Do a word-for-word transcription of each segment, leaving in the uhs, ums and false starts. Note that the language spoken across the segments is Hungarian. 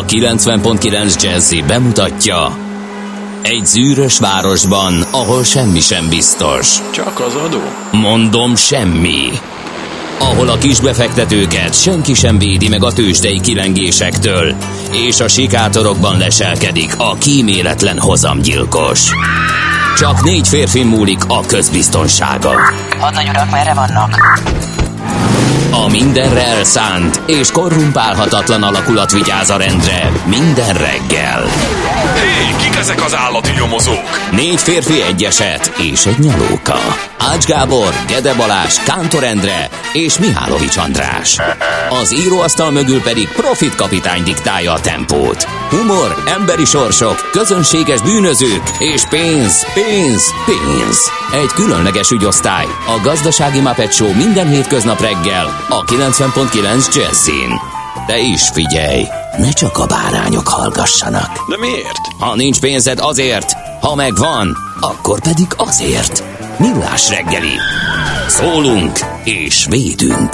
kilencven pont kilenc Jazzy bemutatja: egy zűrös városban, ahol semmi sem biztos. Csak az adó? Mondom, semmi. Ahol a kisbefektetőket senki sem védi meg a tőzsdei kilengésektől, és a sikátorokban leselkedik a kíméletlen hozamgyilkos. Csak négy férfin múlik a közbiztonsága. Hadnagy urak, merre vannak? A mindenre elszánt és korrumpálhatatlan alakulat vigyáz a rendre minden reggel. Hé, kik ezek az állati nyomozók? Négy férfi, egy eset és egy nyalóka. Ács Gábor, Gede Balázs, Kántor Endre és Mihálovics András. Az íróasztal mögül pedig Profit kapitány diktálja a tempót. Humor, emberi sorsok, közönséges bűnözők és pénz, pénz, pénz. Egy különleges ügyosztály, a Gazdasági Muppet Show minden hétköznap reggel a kilencven pont kilenc Jazzin. De is figyelj, ne csak a bárányok hallgassanak. De miért? Ha nincs pénzed, azért, ha megvan, akkor pedig azért. Millás reggeli. Szólunk és védünk.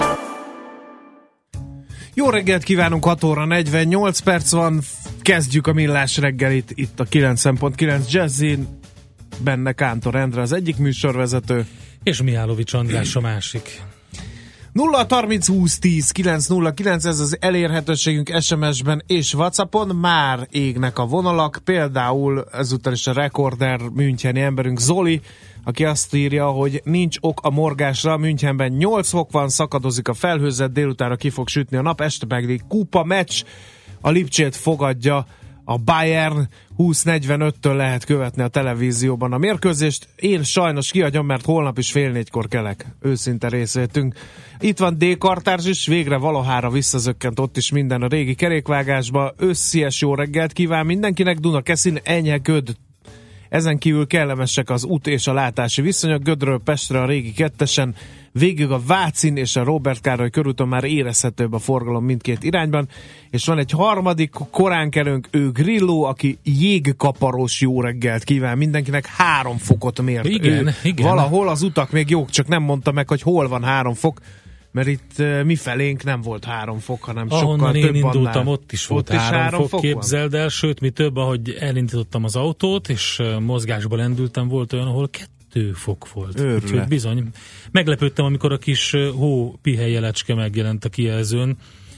Jó reggelt kívánunk, hat óra negyvennyolc perc van, kezdjük a Millás reggelit itt a kilencven pont kilenc Jazzin, benne Kántor Endre az egyik műsorvezető. És Mihálovics András a másik. nulla harminc húsz tíz kilenc nulla kilenc, ez az elérhetőségünk es em es-ben és WhatsAppon. Már égnek a vonalak, például ezúttal is a rekorder müncheni emberünk Zoli, aki azt írja, hogy nincs ok a morgásra, Münchenben nyolc fok van, szakadozik a felhőzet, délutánra ki fog sütni a nap, este pedig kupa meccs, a Lipcsét fogadja a Bayern, húsz negyvenöttől lehet követni a televízióban a mérkőzést. Én sajnos kihagyom, mert holnap is fél négykor kelek. Őszinte részvétünk. Itt van D-kartárs is, végre valahára visszazökkent ott is minden a régi kerékvágásba. Ősszies jó reggelt kíván mindenkinek, Dunakeszin enyhe köd. Ezen kívül kellemesek az út és a látási viszonyok, Gödről Pestre a régi kettesen, végig a Vácin és a Róbert Károly körúton már érezhetőbb a forgalom mindkét irányban, és van egy harmadik koránkelőnk, ő Grilló, aki jégkaparós jó reggelt kíván mindenkinek, három fokot mért. Igen, ő igen. Valahol az utak még jók, csak nem mondta meg, hogy hol van három fok, mert itt uh, mi felénk nem volt három fok, hanem ahonnan sokkal én több indultam, annál. ott is volt ott három, is három fok, fok képzeld el, sőt, mi több, ahogy elindítottam az autót, és uh, mozgásba lendültem, volt olyan, ahol kettő fok volt. Őrület. Úgyhogy bizony, meglepődtem, amikor a kis uh, hó pihelyelecske megjelent a kijelzőn,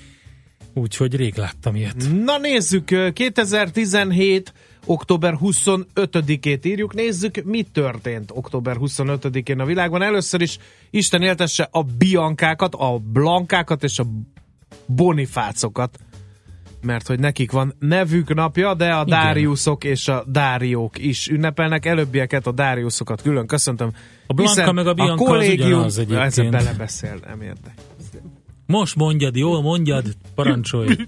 úgyhogy rég láttam ilyet. Na nézzük, kétezer-tizenhét október huszonötödikét írjuk, nézzük, mi történt október huszonötödikén a világban. Először is Isten éltesse a Biankákat, a Blankákat és a Bonifácokat, mert hogy nekik van nevük napja, de a Igen. Dáriuszok és a Dáriók is ünnepelnek. Előbbieket, a Dáriuszokat külön köszöntöm. A Blanka meg a Bianca a kollégium, az ugyanaz ezzel egyébként. belebeszél, nem érde. Most mondjad, jól mondjad, parancsolj.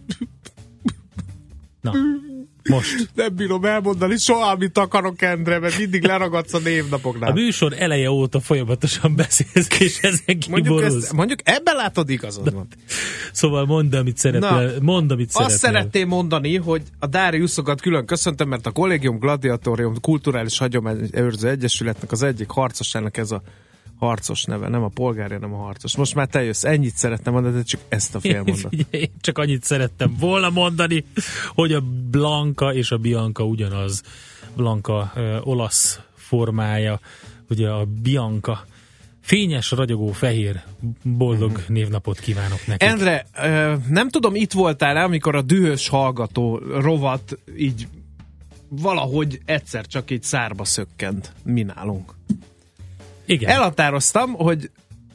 Na, most. Nem bírom elmondani soha, amit akarok, Endre, mert mindig leragadsz a névnapoknál. A műsor eleje óta folyamatosan beszélsz, és ezen Mondjuk, kiborulsz. ezt, mondjuk ebben látod, igazad van. Szóval mondd, amit szeretnél. Mondd, amit Azt szeretnél. szeretném mondani, hogy a Dáriuszokat külön köszöntöm, mert a Collegium Gladiatorium Kulturális Hagyományőrző Egyesületnek az egyik harcosának ez a harcos neve, nem a polgári, nem a harcos. Most már te jössz, ennyit szerettem mondani, de csak ezt a fél mondat. Én csak annyit szerettem volna mondani, hogy a Blanka és a Bianca ugyanaz. Blanka ö, olasz formája, ugye a Bianca fényes, ragyogó, fehér, boldog uh-huh. névnapot kívánok nekik. Endre, ö, nem tudom, itt voltál-e, amikor a dühös hallgató rovat így valahogy egyszer csak így szárba szökkent mi nálunk. Igen. Elhatároztam, hogy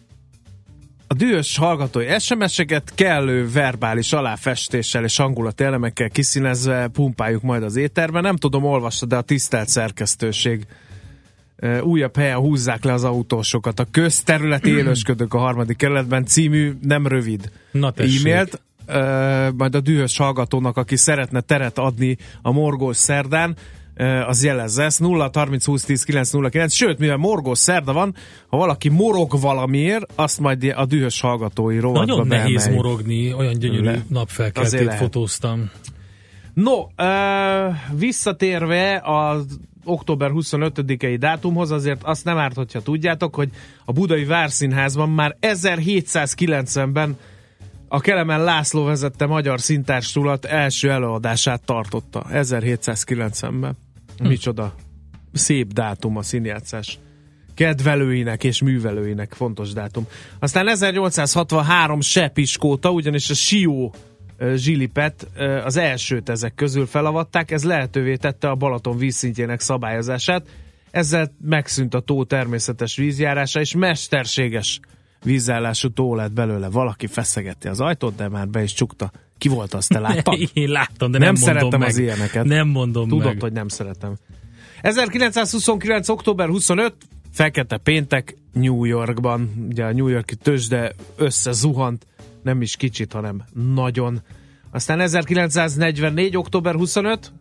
a dühös hallgatói es em es-eket kellő verbális aláfestéssel és hangulati elemekkel kiszínezve pumpáljuk majd az éterben. Nem tudom, olvastad, de a tisztelt szerkesztőség újabb helyen húzzák le az autósokat. A közterületi élősködők a harmadik kerületben című nem rövid e-mailt. Majd a dühös hallgatónak, aki szeretne teret adni a morgós szerdán, az jelezze ezt, nulla harminc húsz tíz kilenc nulla kilenc, sőt, mivel morgós szerda van, ha valaki morog valamiért, azt majd a dühös hallgatói rovatba nagyon nehéz beemeljük. morogni, olyan gyönyörű Le. napfelkeltét fotóztam. No, uh, visszatérve az október huszonötödikei dátumhoz, azért azt nem árt, hogyha tudjátok, hogy a Budai Várszínházban már ezerhétszázkilencvenben a Kelemen László vezette magyar színtársulat első előadását tartotta ezerhétszázkilencvenben. Hm. Micsoda szép dátum a színjátszás kedvelőinek és művelőinek, fontos dátum. Aztán ezernyolcszázhatvanhárom se Piskóta, ugyanis a Sió zsilipet az elsőt ezek közül felavatták, ez lehetővé tette a Balaton vízszintjének szabályozását, ezzel megszűnt a tó természetes vízjárása, és mesterséges vízállású tó lett belőle. Valaki feszegeti az ajtót, de már be is csukta. Ki volt azt, te láttad? Én láttam, de nem, nem mondom szeretem meg. az ilyeneket. Nem mondom Tudod, meg. hogy nem szeretem. ezerkilencszázhuszonkilenc. október huszonötödike, fekete péntek New Yorkban. Ugye a New Yorki tőzsde összezuhant, nem is kicsit, hanem nagyon. Aztán ezerkilencszáznegyvennégy. október huszonötödike,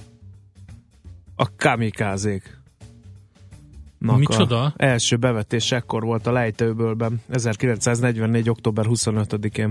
a kamikázék. Micsoda? Első bevetés ekkor volt a lejtőbőlben, ezerkilencszáznegyvennégy. október huszonötödikén.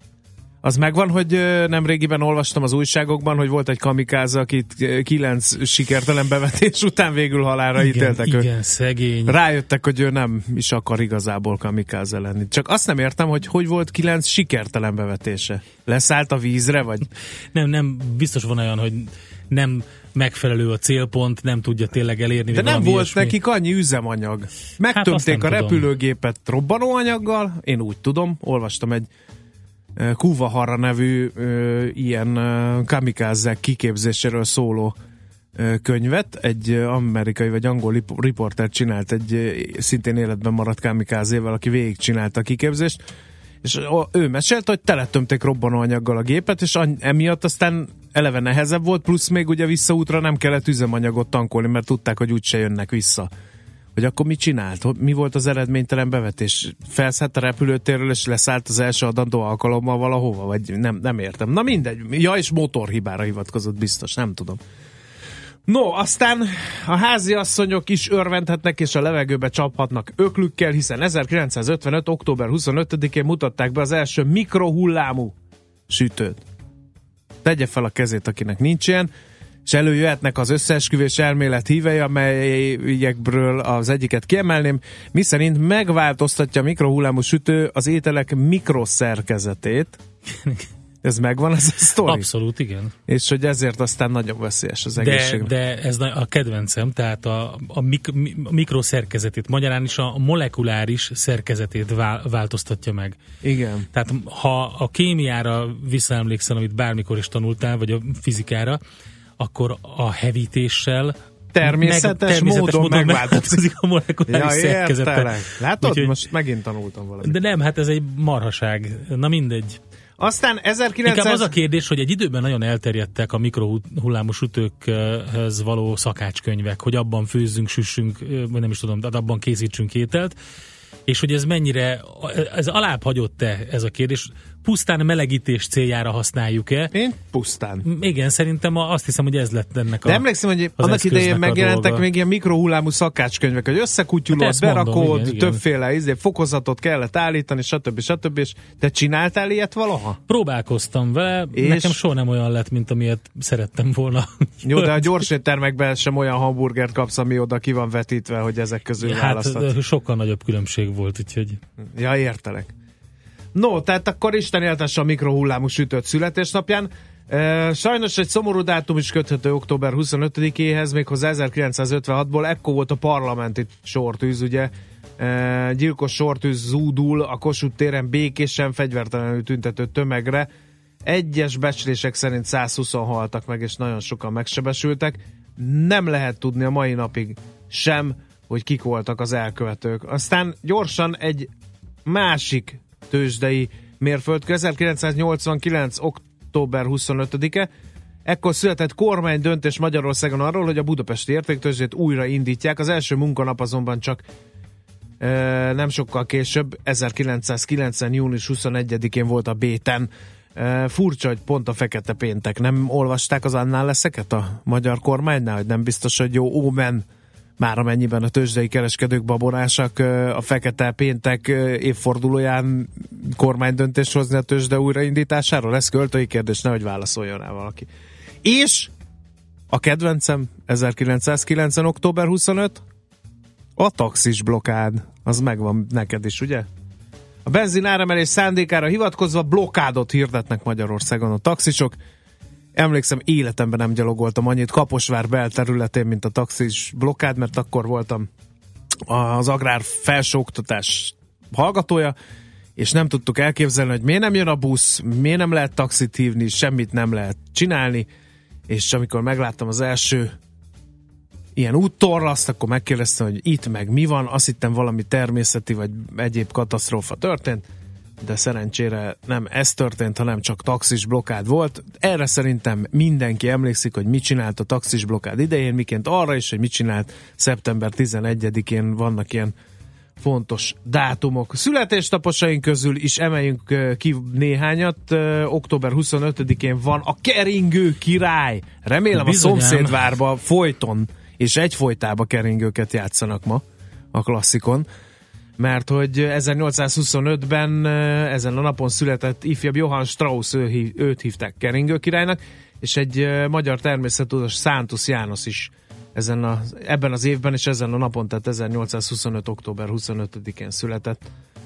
Az megvan, hogy nemrégiben olvastam az újságokban, hogy volt egy kamikáze, akit kilenc sikertelen bevetés után végül halálra igen, ítéltek. Igen, ő. szegény. Rájöttek, hogy ő nem is akar igazából kamikáze lenni. Csak azt nem értem, hogy hogy volt kilenc sikertelen bevetése. Leszállt a vízre, vagy? Nem, nem, biztos van olyan, hogy nem megfelelő a célpont, nem tudja tényleg elérni. De nem volt ilyesmi. nekik annyi üzemanyag. Megtömték hát a nem repülőgépet robbanóanyaggal, én úgy tudom, olvastam egy Kuvahara nevű ö, ilyen ö, kamikázzák kiképzéséről szóló ö, könyvet. Egy ö, amerikai vagy angol riporter csinált egy ö, szintén életben maradt kamikázével, aki végigcsinálta a kiképzést, és ö, ő mesélte, hogy teletömték robbanóanyaggal a gépet, és an, emiatt aztán eleve nehezebb volt, plusz még ugye visszaútra nem kellett üzemanyagot tankolni, mert tudták, hogy úgyse jönnek vissza. Hogy akkor mit csinált? Mi volt az eredménytelen bevetés? Felszállt a repülőtérről, és leszállt az első adandó alkalommal valahova? Vagy nem, nem értem. Na mindegy. Ja, és motorhibára hivatkozott biztos, nem tudom. No, aztán a háziasszonyok is örvendhetnek, és a levegőbe csaphatnak öklükkel, hiszen ezerkilencszázötvenöt. október huszonötödikén mutatták be az első mikrohullámú sütőt. Tegye fel a kezét, akinek nincs ilyen, és előjöhetnek az összeesküvés elmélet hívei, amelyekből az egyiket kiemelném, miszerint megváltoztatja a mikrohullámú sütő az ételek mikroszerkezetét. Ez megvan, ez a sztori? Abszolút, igen. És hogy ezért aztán nagyon veszélyes az De, egészségre. de ez a kedvencem, tehát a, a, mik, a mikroszerkezetét, magyarán is a molekuláris szerkezetét vál, változtatja meg. Igen. Tehát ha a kémiára visszaemlékszel, amit bármikor is tanultál, vagy a fizikára, akkor a hevítéssel Természetes, meg, természetes módon, módon megváltozik a molekuláris ja, szerkezete. Látod? Úgyhogy, most megint tanultam valamit. De nem, hát ez egy marhaság. Na mindegy. Aztán ezerkilencszáz... Inkább az a kérdés, hogy egy időben nagyon elterjedtek a mikrohullámú sütőkhez való szakácskönyvek, hogy abban főzzünk, süssünk, vagy nem is tudom, de abban készítsünk ételt, és hogy ez mennyire, ez alább hagyott-e ez a kérdés, pusztán melegítés céljára használjuk-e? Én pusztán. Igen, szerintem azt hiszem, hogy ez lett ennek a De emlékszem, hogy annak idején megjelentek még ilyen mikrohullámú szakácskönyvek, hogy összekutyulod, hát berakod, mondom, igen, többféle izé, fokozatot kellett állítani, stb. stb. És te csináltál ilyet valaha? Próbálkoztam vele, és... nekem soha nem olyan lett, mint amilyet szerettem volna. Jó, de a gyors éttermekben sem olyan hamburgert kapsz, ami oda ki van vetítve, hogy ezek közül hát, választhat. Sokkal nagyobb különbség volt, úgyhogy... Ja, értelek. No, tehát akkor Isten éltesse a mikrohullámú sütőt születésnapján. E, sajnos egy szomorú dátum is köthető október huszonötödikéhez, méghozzá ezerkilencszázötvenhatból, ekkor volt a parlamenti sortűz, ugye, e, gyilkos sortűz zúdul a Kossuth téren békésen, fegyvertelenül tüntető tömegre. Egyes becslések szerint százhúszan haltak meg, és nagyon sokan megsebesültek. Nem lehet tudni a mai napig sem, hogy kik voltak az elkövetők. Aztán gyorsan egy másik tőzsdei mérföldkő, ezerkilencszáznyolcvankilenc. október huszonötödike. Ekkor született kormány döntés Magyarországon arról, hogy a budapesti értéktőzsdét újra indítják. Az első munkanap azonban csak e, nem sokkal később, ezerkilencszázkilencven. június huszonegyedikén volt a Béten. E, furcsa, hogy pont a fekete péntek. Nem olvasták az annál leszeket a magyar kormánynál, hogy nem biztos, hogy jó ómen, már amennyiben a tőzsdei kereskedők babonásak, a fekete péntek évfordulóján kormánydöntést hozni a tőzsde újraindításáról? Ez költői kérdés, nehogy válaszoljon rá valaki. És a kedvencem, ezerkilencszázkilencven. október huszonötödike, a taxis blokkád. Az megvan neked is, ugye? A benzin áremelés szándékára hivatkozva blokkádot hirdetnek Magyarországon a taxisok. Emlékszem, életemben nem gyalogoltam annyit Kaposvár belterületén, mint a taxis blokkád, mert akkor voltam az agrár felsőoktatás hallgatója, és nem tudtuk elképzelni, hogy miért nem jön a busz, miért nem lehet taxit hívni, semmit nem lehet csinálni, és amikor megláttam az első ilyen úttorlaszt, akkor megkérdeztem, hogy itt meg mi van, azt hittem valami természeti vagy egyéb katasztrófa történt, de szerencsére nem ez történt, hanem csak taxis blokkád volt. Erre szerintem mindenki emlékszik, hogy mit csinált a taxis blokkád idején, miként arra is, hogy mit csinált szeptember tizenegyedikén, vannak ilyen fontos dátumok. Születésnaposaink közül is emeljünk ki néhányat. október huszonötödikén van a keringő király. Remélem bizonyám. A szomszédvárba folyton és egyfolytában keringőket játszanak ma a klasszikon, mert hogy ezernyolcszázhuszonötben ezen a napon született ifjabb Johann Strauss, ő, őt hívták keringő királynak, és egy magyar természettudós, Szántus János is ezen a, ebben az évben és ezen a napon, tehát ezernyolcszázhuszonöt. október huszonötödikén született.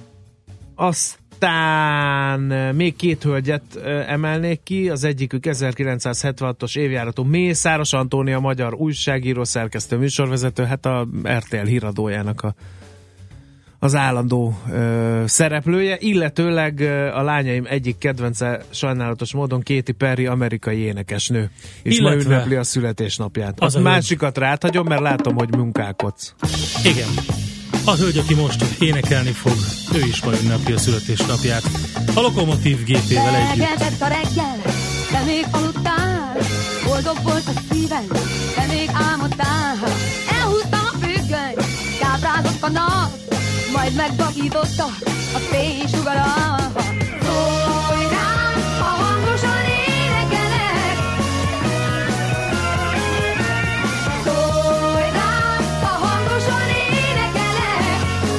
Aztán még két hölgyet emelnék ki, az egyikük ezerkilencszázhetvenhatos évjáratú Mészáros Antónia, magyar újságíró, szerkesztő, műsorvezető, hát a er té el híradójának a az állandó ö, szereplője, illetőleg ö, a lányaim egyik kedvence sajnálatos módon Katy Perry, amerikai énekesnő, és ma ünnepli a születésnapját. Az, az a másikat ráthagyom, mert látom, hogy munkálkodsz. Igen. A hölgy, aki most énekelni fog, ő is ma ünnepli a születésnapját. A Lokomotív gé pével együtt. Elkezdett a reggel, te még aludtál, boldog volt a szívem, te még álmodtál. Elhúztam a függöny, káprázott a nap, majd megvakította a fénysugara. Szólj rám, ha hangosan énekelek. Szólj rám, ha hangosan énekelek.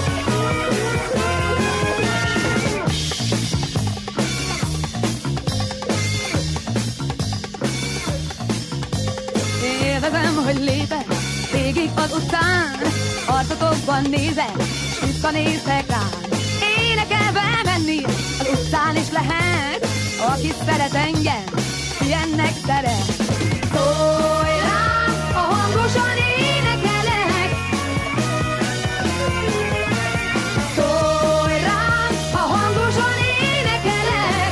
Élvezem, hogy lépek végig az utcán, arcotokban nézek, Tiszta néztek rám, énekelve menni, az utcán is lehet, aki szeret engem, ilyennek szeret. Szólj rám, ha hangosan énekelek. Szólj rám, ha hangosan énekelek.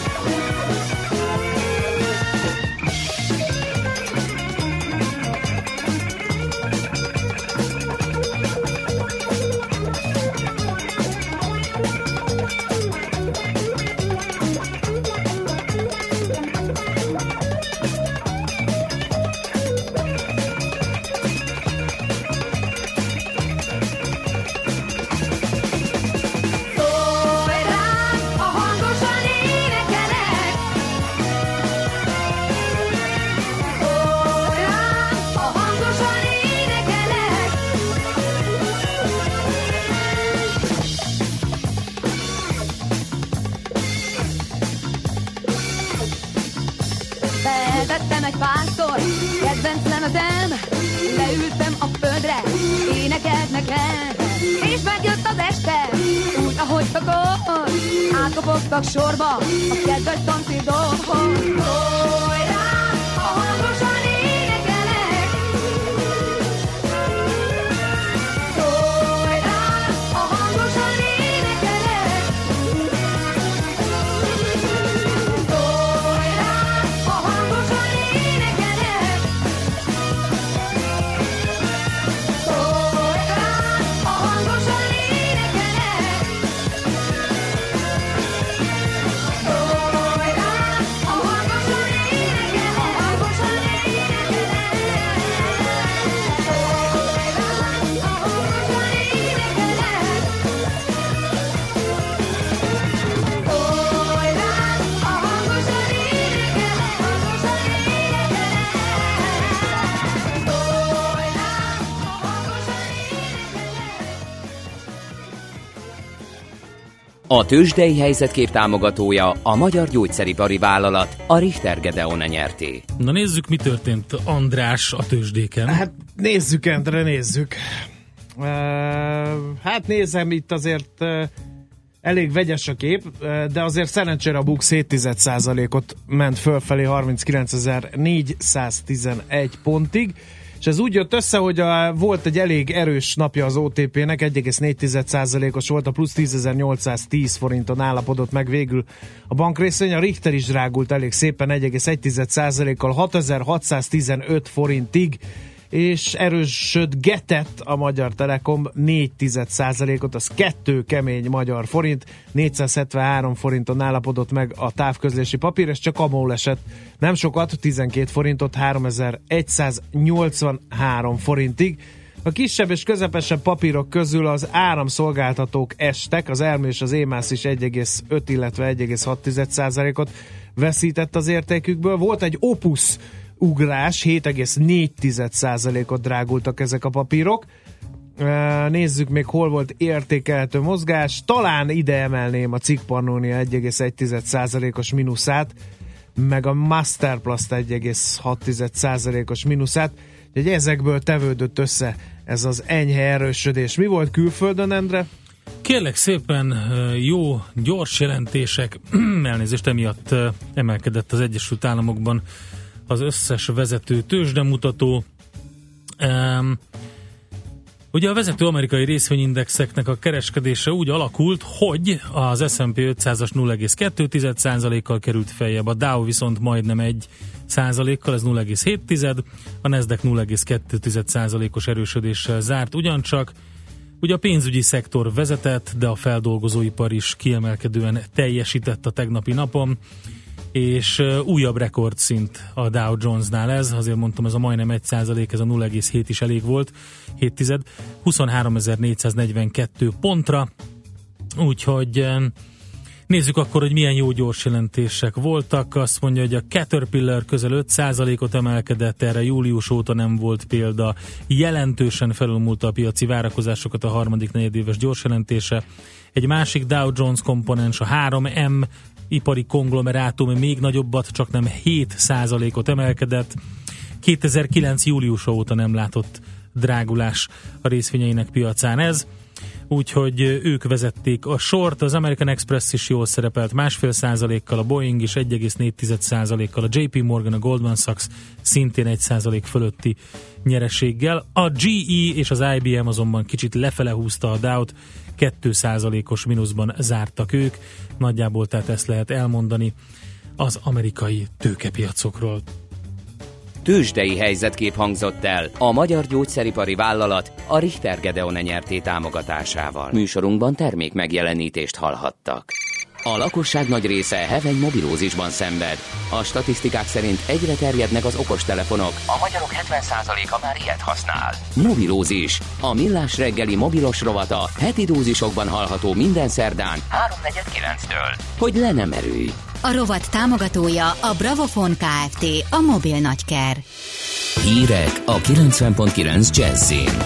Feltettem egy párszor, kedvenc lemezem, leültem a földre, énekelt nekem, és megjött az este, úgy ahogy szokott, átkopogtak sorba a kedves szomszédokhoz. Szólj rám, ha hangosan énekelek. Szólj rám, ha hangosan énekelek. Szólj rám, ha hangosan énekelek. Szólj rám, ha hangosan énekelek. Szólj rám, ha hangosan énekelek. Hangosan A tőzsdei helyzetkép támogatója a Magyar Gyógyszeripari Vállalat, a Richter Gedeon nyerté. Na nézzük, mi történt, András, a tőzsdéken. Hát nézzük, Endre, nézzük. Uh, hát nézem, itt azért uh, elég vegyes a kép, de azért szerencsére a Bux hét egész egy százalékot ment fölfelé harminckilencezer-négyszáztizenegy pontig, és ez úgy jött össze, hogy a, volt egy elég erős napja az o té pé-nek, egy egész négy százalékos volt, a plusz tízezer-nyolcszáztíz forinton állapodott meg végül a bankrészvény, a Richter is drágult elég szépen egy egész egy százalékkal hatezer-hatszáztizenöt forintig, és erősödgetett a Magyar Telekom négy százalékot, az kettő kemény magyar forint, négyszázhetvenhárom forinton állapodott meg a távközlési papír, és csak a MOL esett nem sokat, tizenkét forintot, háromezer-egyszáznyolcvanhárom forintig. A kisebb és közepesebb papírok közül az áramszolgáltatók estek, az Elmő és az Émász is egy egész öt, illetve egy egész hat százalékot veszített az értékükből. Volt egy Opus ugrás, hét egész négy százalékot drágultak ezek a papírok. Nézzük még, hol volt értékelhető mozgás. Talán ide emelném a Cikk Pannonia egy egész egy százalékos mínuszát, meg a Masterplast egy egész hat százalékos mínuszát. Úgyhogy ezekből tevődött össze ez az enyhe erősödés. Mi volt külföldön, Endre? Kérlek szépen, jó, gyors jelentések, elnézést, emiatt emelkedett az Egyesült Államokban az összes vezető tőzsdemutató. Um, ugye a vezető amerikai részvényindexeknek a kereskedése úgy alakult, hogy az es and pé ötszázas nulla egész kettő százalékkal került feljebb, a Dow viszont majdnem egy százalékkal, ez nulla egész hét, a Nasdaq nulla egész kettő százalékos erősödéssel zárt ugyancsak. Ugye a pénzügyi szektor vezetett, de a feldolgozóipar is kiemelkedően teljesített a tegnapi napon, és újabb rekordszint a Dow Jonesnál ez, azért mondtam, ez a majdnem egy százalék, ez a nulla egész hét is elég volt, hét tized, huszonháromezer-négyszáznegyvenkettő pontra, úgyhogy nézzük akkor, hogy milyen jó gyors jelentések voltak. Azt mondja, hogy a Caterpillar közel öt százalékot emelkedett, erre július óta nem volt példa, jelentősen felülmúlta a piaci várakozásokat a harmadik negyedéves gyors jelentése. Egy másik Dow Jones komponens, a három em ipari konglomerátum még nagyobbat, csak nem hét százalékot emelkedett. kétezer-kilenc július óta nem látott drágulás a részvényeinek piacán ez, úgyhogy ők vezették a sort, az American Express is jól szerepelt másfél százalékkal, a Boeing is egy egész négy százalékkal, a jé pé Morgan, a Goldman Sachs szintén egy százalék fölötti nyereséggel. A gé é és az i bé em azonban kicsit lefele húzta a Dow-t, két százalékos mínuszban zártak ők, nagyjából tehát ezt lehet elmondani az amerikai tőkepiacokról. Tőzsdei helyzetkép hangzott el a Magyar Gyógyszeripari Vállalat a Richter Gedeon nyerté támogatásával. Műsorunkban termék megjelenítést hallhattak. A lakosság nagy része heveny mobilózisban szenved. A statisztikák szerint egyre terjednek az okostelefonok. A magyarok hetven százaléka már ilyet használ. Mobilózis. A Millás reggeli mobilos rovata heti dózisokban hallható minden szerdán háromnegyed kilenctől. Hogy le nem erőj. A rovat támogatója a Bravofon Kft. A mobil nagyker. Hírek a kilencven pont kilenc Jazzin.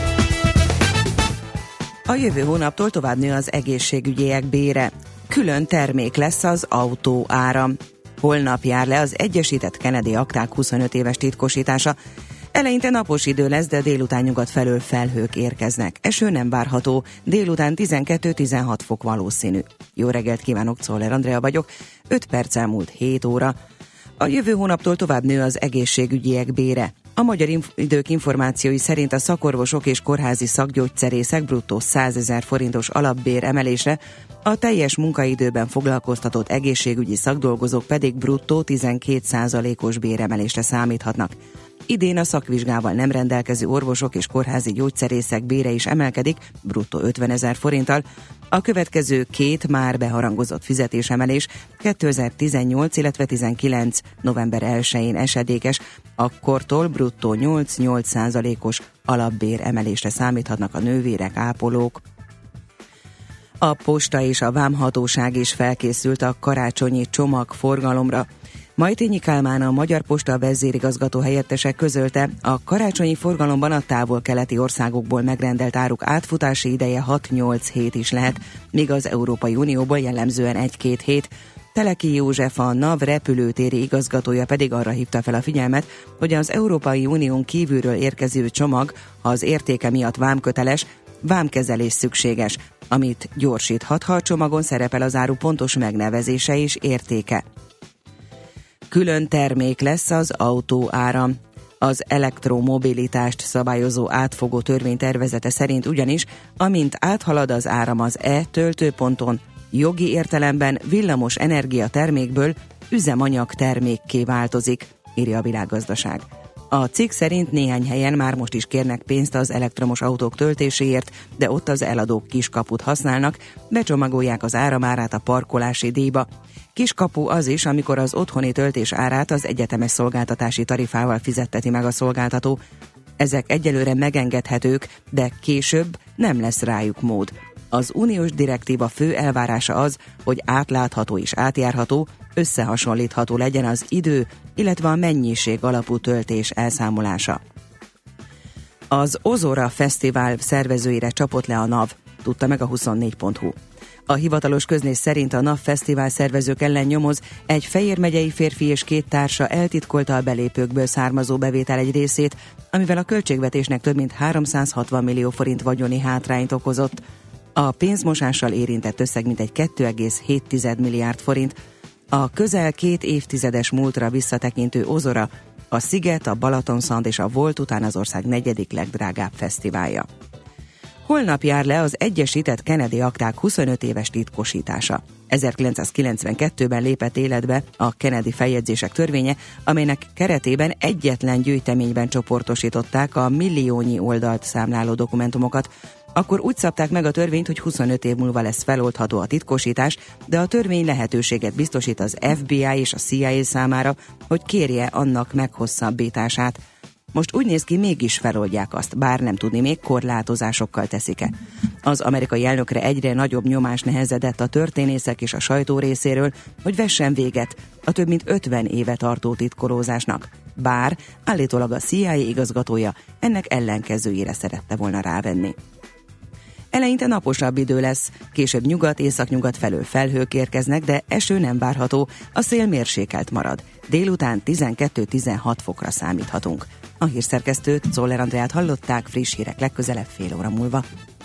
A jövő hónaptól tovább nő az egészségügyiek bére. Külön termék lesz az autó ára. Holnap jár le az Egyesített Kennedy akták huszonöt éves titkosítása. Eleinte napos idő lesz, de délután nyugat felől felhők érkeznek. Eső nem várható, délután tizenkét-tizenhat fok valószínű. Jó reggelt kívánok, Czoller Andrea vagyok, öt perc elmúlt hét óra. A jövő hónaptól tovább nő az egészségügyiek bére. A Magyar Inf- Idők információi szerint a szakorvosok és kórházi szakgyógyszerészek bruttó százezer forintos alapbér emelésre, a teljes munkaidőben foglalkoztatott egészségügyi szakdolgozók pedig bruttó tizenkét százalékos béremelésre számíthatnak. Idén a szakvizsgával nem rendelkező orvosok és kórházi gyógyszerészek bére is emelkedik, bruttó ötvenezer forinttal. A következő két már beharangozott fizetésemelés kétezer-tizennyolc, illetve tizenkilenc november elsején esedékes, akkortól bruttó nyolc-nyolc százalékos alapbér emelésre számíthatnak a nővérek, ápolók. A posta és a vámhatóság is felkészült a karácsonyi csomagforgalomra. Majtényi Kálmán, a Magyar Posta vezérigazgató helyettese közölte, a karácsonyi forgalomban a távol-keleti országokból megrendelt áruk átfutási ideje hat-nyolc hét is lehet, míg az Európai Unióból jellemzően egy-két hét. Teleki József, a NAV repülőtéri igazgatója pedig arra hívta fel a figyelmet, hogy az Európai Unión kívülről érkező csomag, ha az értéke miatt vámköteles, vámkezelés szükséges. amit gyorsíthat, ha a csomagon szerepel az áru pontos megnevezése és értéke. Külön termék lesz az autóáram. Az elektromobilitást szabályozó átfogó törvénytervezete szerint ugyanis, amint áthalad az áram az e-töltőponton, jogi értelemben villamos energiatermékből üzemanyag termékké változik, írja a Világgazdaság. A cikk szerint néhány helyen már most is kérnek pénzt az elektromos autók töltéséért, de ott az eladók kiskaput használnak, becsomagolják az áramárát a parkolási díjba. Kiskapu az is, amikor az otthoni töltés árát az egyetemes szolgáltatási tarifával fizetteti meg a szolgáltató. Ezek egyelőre megengedhetők, de később nem lesz rájuk mód. Az uniós direktíva fő elvárása az, hogy átlátható és átjárható, összehasonlítható legyen az idő, illetve a mennyiség alapú töltés elszámolása. Az Ozora Fesztivál szervezőire csapott le a NAV, tudta meg a huszonnégy pont hu. A hivatalos közlés szerint a NAV Fesztivál szervezők ellen nyomoz, egy Fejér megyei férfi és két társa eltitkolta a belépőkből származó bevétel egy részét, amivel a költségvetésnek több mint háromszázhatvan millió forint vagyoni hátrányt okozott. A pénzmosással érintett összeg mintegy két egész hét milliárd forint. A közel két évtizedes múltra visszatekintő Ozora a Sziget, a Balatonszand és a Volt után az ország negyedik legdrágább fesztiválja. Holnap jár le az Egyesített Kennedy Akták huszonöt éves titkosítása. ezerkilencszázkilencvenkettőben lépett életbe a Kennedy feljegyzések törvénye, amelynek keretében egyetlen gyűjteményben csoportosították a milliónyi oldalt számláló dokumentumokat. Akkor úgy szabták meg a törvényt, hogy huszonöt év múlva lesz feloldható a titkosítás, de a törvény lehetőséget biztosít az ef bé i és a cé i á számára, hogy kérje annak meghosszabbítását. Most úgy néz ki, mégis feloldják azt, bár nem tudni még korlátozásokkal teszik-e. Az amerikai elnökre egyre nagyobb nyomás nehezedett a történészek és a sajtó részéről, hogy vessen véget a több mint ötven éve tartó titkolózásnak. Bár állítólag a cé i á igazgatója ennek ellenkezőjére szerette volna rávenni. Eleinte naposabb idő lesz, később nyugat-északnyugat felől felhők érkeznek, de eső nem várható, a szél mérsékelt marad. Délután tizenkettő-tizenhat fokra számíthatunk. A hírszerkesztőt, Zoller Andreát hallották, friss hírek legközelebb fél óra múlva.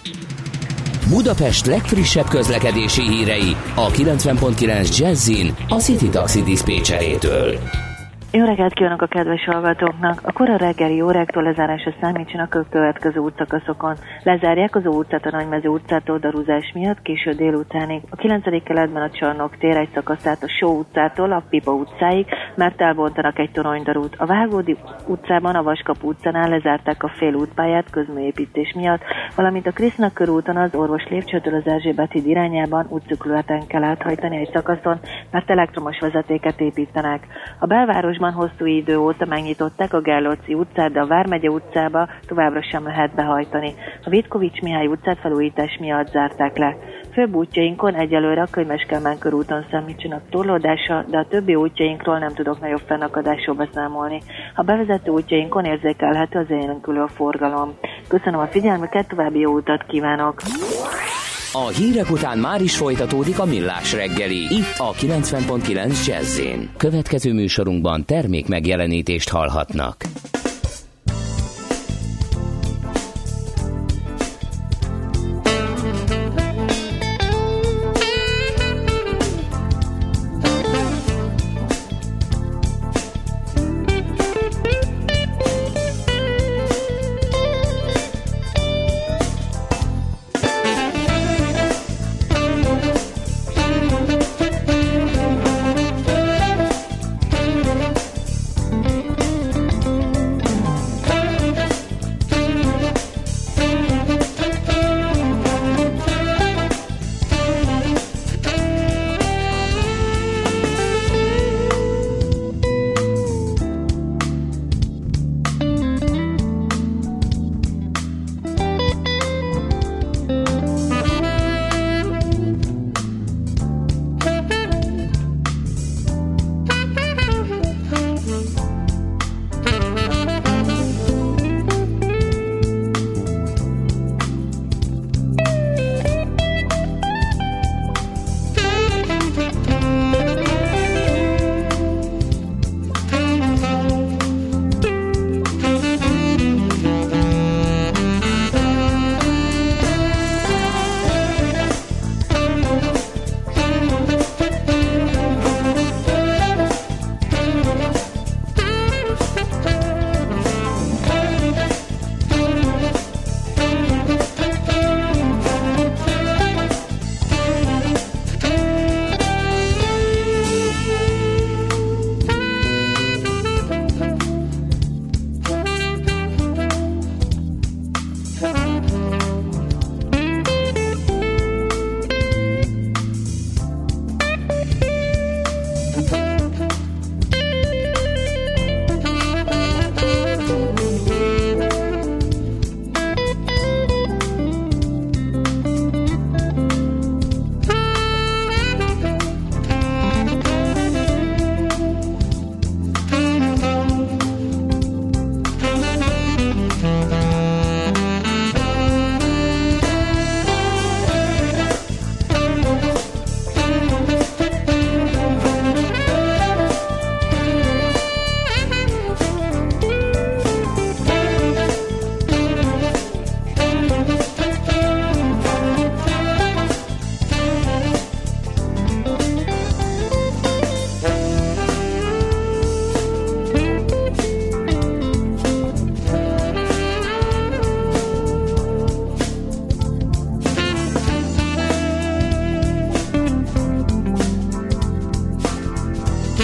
Budapest legfrissebb közlekedési hírei a kilencven pont kilenc Jazzin a City Taxi diszpécserétől. Jó reggelt kívánok a kedves hallgatóknak! A kora reggeli óráktól lezárásra számítsanak a következő útszakaszokon. Lezárják az utcát a Nagymező utcától darúzás miatt késő délutánig. A kilencedik keletben a Csarnok tér egy szakaszát a Só utcától a Pipa utcáig, mert elbontanak egy toronydarút. A Vágódi utcában a Vaskapu utcánál lezárták a félútpályát közműépítés miatt, valamint a Kriszna körúton az Orvos lépcsőtől az Erzsébet híd irányában útszűkületen kell áthajtani egy szakaszon, mert elektromos vezetéket építenek. A belvárosban hosszú idő óta megnyitották a Gerlóci utcát, de a Vármegye utcába továbbra sem lehet behajtani. A Vitkovics Mihály utcát felújítás miatt zárták le. Főbb útjainkon egyelőre a Könyves Kálmán körúton számítsanak torlódása, de a többi útjainkról nem tudok nagyobb fennakadásról beszámolni. A bevezető útjainkon érzékelhető az élénkülő a forgalom. Köszönöm a figyelmüket, további jó utat kívánok! A hírek után már is folytatódik a Millás reggeli, itt a kilencven pont kilenc Jazz-én. Következő műsorunkban termék megjelenítést hallhatnak.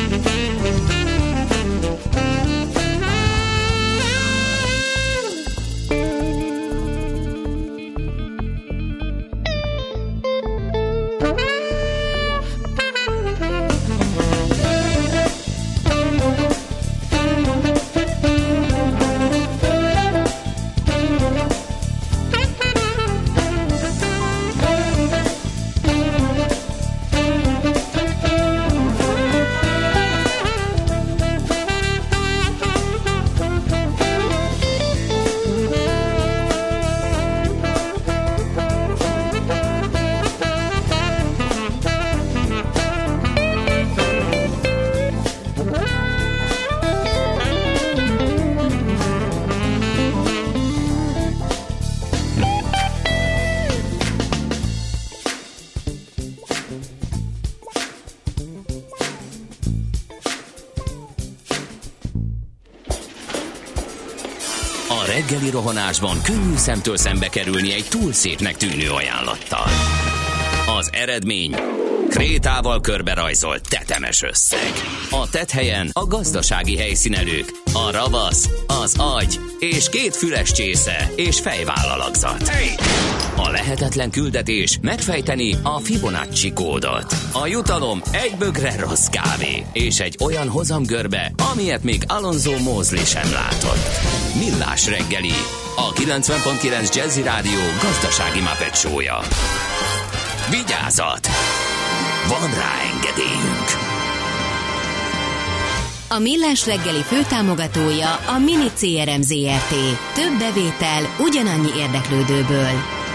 A reggeli rohanásban könnyű szemtől szembe kerülni egy túl szépnek tűnő ajánlattal. Az eredmény krétával körberajzolt tetemes összeg. A tetthelyen a gazdasági helyszínelők, a ravasz, az agy és két füles csésze és fejvállalakzat. A lehetetlen küldetés megfejteni a Fibonacci kódot. A jutalom egy bögre rossz kávé és egy olyan hozamgörbe, amilyet még Alonso Mosley sem látott. Millás reggeli, a kilencven pont kilenc Jazzy Rádió gazdasági Muppet show-ja. Vigyázat! Van rá engedélyünk! A Millás reggeli főtámogatója a Mini cé er em zé er té. Több bevétel ugyanannyi érdeklődőből.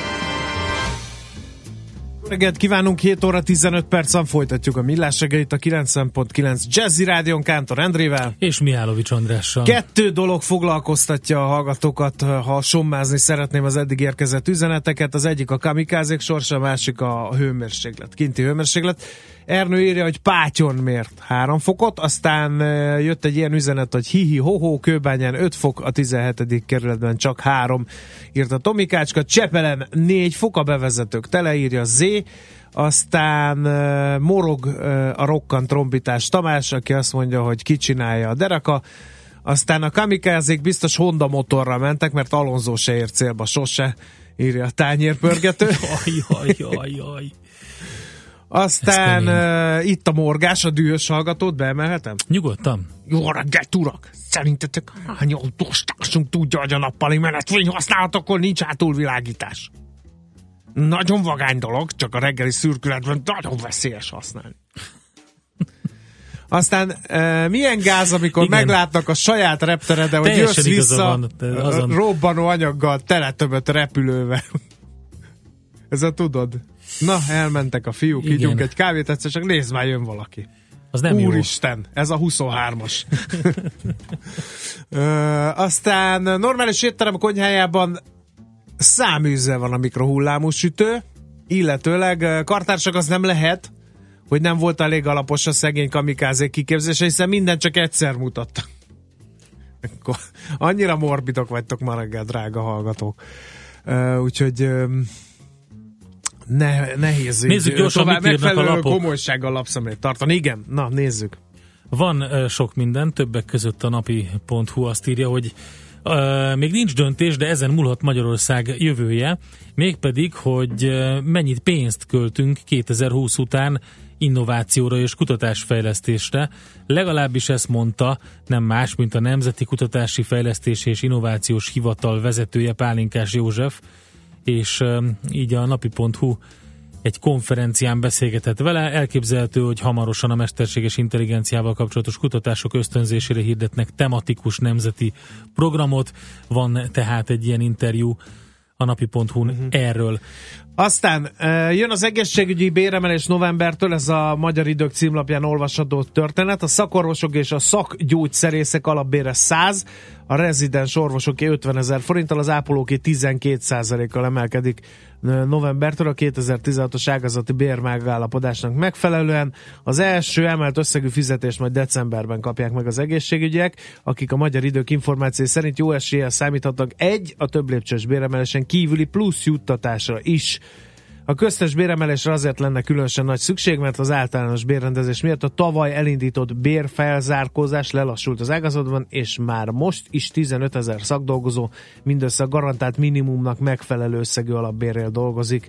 Reggelt kívánunk, hét óra tizenöt percen folytatjuk a Millás reggelit a kilencven pont kilenc Jazzy Rádión Kántor Endrével. És Mihálovics Andrással. Kettő dolog foglalkoztatja a hallgatókat, ha sommázni szeretném az eddig érkezett üzeneteket. Az egyik a kamikázék sorsa, a másik a hőmérséklet, kinti hőmérséklet. Ernő írja, hogy Pátyon mért három fokot, aztán jött egy ilyen üzenet, hogy hihi hoho, Kőbányán öt fok, a tizenhetedik kerületben csak három, írta Tomikácska. Csepelen négy fok, a bevezetők tele, írja Z. Aztán uh, morog uh, a rokkant trombitás Tamás, aki azt mondja, hogy ki csinálja a dereka. Aztán a kamikázék biztos Honda motorral mentek, mert Alonso se ért célba sose, írja a tányérpörgető. Jaj, jaj, jaj, jaj. Aztán uh, itt a morgás, a dühös hallgatót, beemelhetem? Nyugodtan. Jó reggelt, urak! Szerintetek hány autóstársunk tudja, hogy a nappali menetvény használatokon nincs átulvilágítás? Nagyon vagány dolog, csak a reggeli szürkületben nagyon veszélyes használni. Aztán e, milyen gáz, amikor igen, meglátnak a saját repterede, hogy jössz vissza van, azon... robbanó anyaggal teletömött repülővel. Ezzel tudod? Na, elmentek a fiúk, ígyunk egy kávét, egyszer csak nézd már, jön valaki. Az nem Úristen, jó. Ez a huszonhármas. Ö, aztán normális étterem konyhájában száműzzel van a mikrohullámú sütő, illetőleg kartársak az nem lehet, hogy nem volt elég alapos a szegény kamikázék kiképzése, hiszen minden csak egyszer mutatta. Annyira morbidok vagytok ma reggel, drága hallgatók. Uh, úgyhogy um, ne, nehéz nézzük gyorsan, tovább megfelelő a lapok. komolysággal lapszemlét tartani. Igen, na nézzük. Van uh, sok minden, többek között a napi pont hu azt írja, hogy Uh, még nincs döntés, de ezen múlhat Magyarország jövője, mégpedig, hogy uh, mennyit pénzt költünk kétezer-húsz után innovációra és kutatásfejlesztésre. Legalábbis ezt mondta nem más, mint a Nemzeti Kutatási Fejlesztési és Innovációs Hivatal vezetője, Pálinkás József, és uh, így a napi pont hu egy konferencián beszélgetett vele. Elképzelhető, hogy hamarosan a mesterséges intelligenciával kapcsolatos kutatások ösztönzésére hirdetnek tematikus nemzeti programot. Van tehát egy ilyen interjú a napi pont hu-n uh-huh. erről. Aztán jön az egészségügyi béremelés novembertől, ez a Magyar Idők címlapján olvasható történet. A szakorvosok és a szakgyógyszerészek alapbére száz, a rezidens orvosoké ötvenezer forinttal, az ápolóké tizenkét százalékkal emelkedik novembertől a kétezer-tizenhatos ágazati bérmegállapodásnak megfelelően. Az első emelt összegű fizetést majd decemberben kapják meg az egészségügyiek, akik a Magyar Idők információi szerint jó eséllyel számíthatnak egy a több lépcsős béremelésen kívüli plusz juttatásra is. A köztes béremelésre azért lenne különösen nagy szükség, mert az általános bérrendezés miatt a tavaly elindított bérfelzárkózás lelassult az ágazatban, és már most is tizenötezer szakdolgozó mindössze a garantált minimumnak megfelelő összegű alapbérrel dolgozik,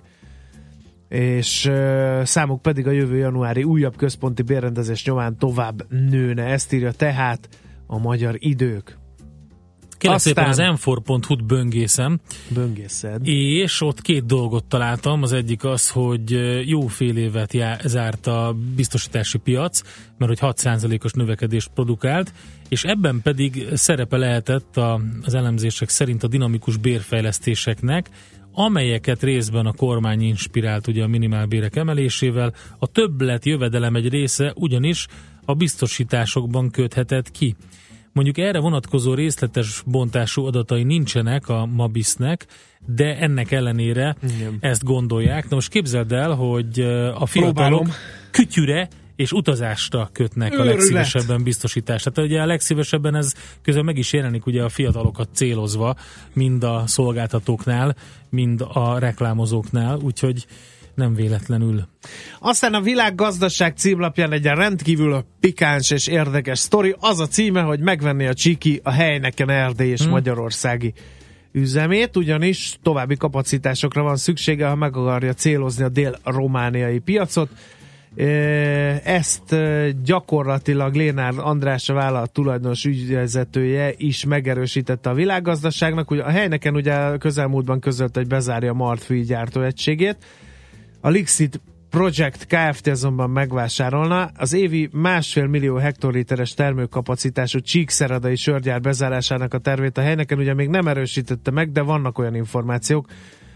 és uh, számuk pedig a jövő januári újabb központi bérrendezés nyomán tovább nőne. Ezt írja tehát a Magyar Idők. Kérlek szépen az em négy pont hu-t böngészem. Böngészed. És ott két dolgot találtam. Az egyik az, hogy jó fél évet já- zárt a biztosítási piac, mert hogy hat százalékos növekedést produkált, és ebben pedig szerepe lehetett a, az elemzések szerint a dinamikus bérfejlesztéseknek, amelyeket részben a kormány inspirált ugye a minimálbérek emelésével. A többlet jövedelem egy része ugyanis a biztosításokban köthetett ki. Mondjuk erre vonatkozó részletes bontású adatai nincsenek a Mabisznek, de ennek ellenére igen, ezt gondolják. Na most képzeld el, hogy a fiatalok Próbálom. kütyüre és utazásra kötnek Őrület. a legszívesebben biztosítást. Tehát ugye a legszívesebben ez közben meg is jelenik ugye a fiatalokat célozva, mind a szolgáltatóknál, mind a reklámozóknál, úgyhogy nem véletlenül. Aztán a Világgazdaság címlapján egy rendkívül pikáns és érdekes sztori. Az a címe, hogy megvenni a Csiki a Heineken erdély és hmm. magyarországi üzemét, ugyanis további kapacitásokra van szüksége, ha meg akarja célozni a dél-romániai piacot. Ezt gyakorlatilag Lénár András, a vállalat tulajdonos ügyvezetője is megerősítette a Világgazdaságnak. Ugye a Heineken ugye közelmúltban közölte, hogy bezárja a Martfui gyártóegységét. A Lixit Project Kft. Azonban megvásárolna. Az évi másfél millió hektoliteres termőkapacitású csíkszeredai sörgyár bezárásának a tervét a Heineken ugye még nem erősítette meg, de vannak olyan információk,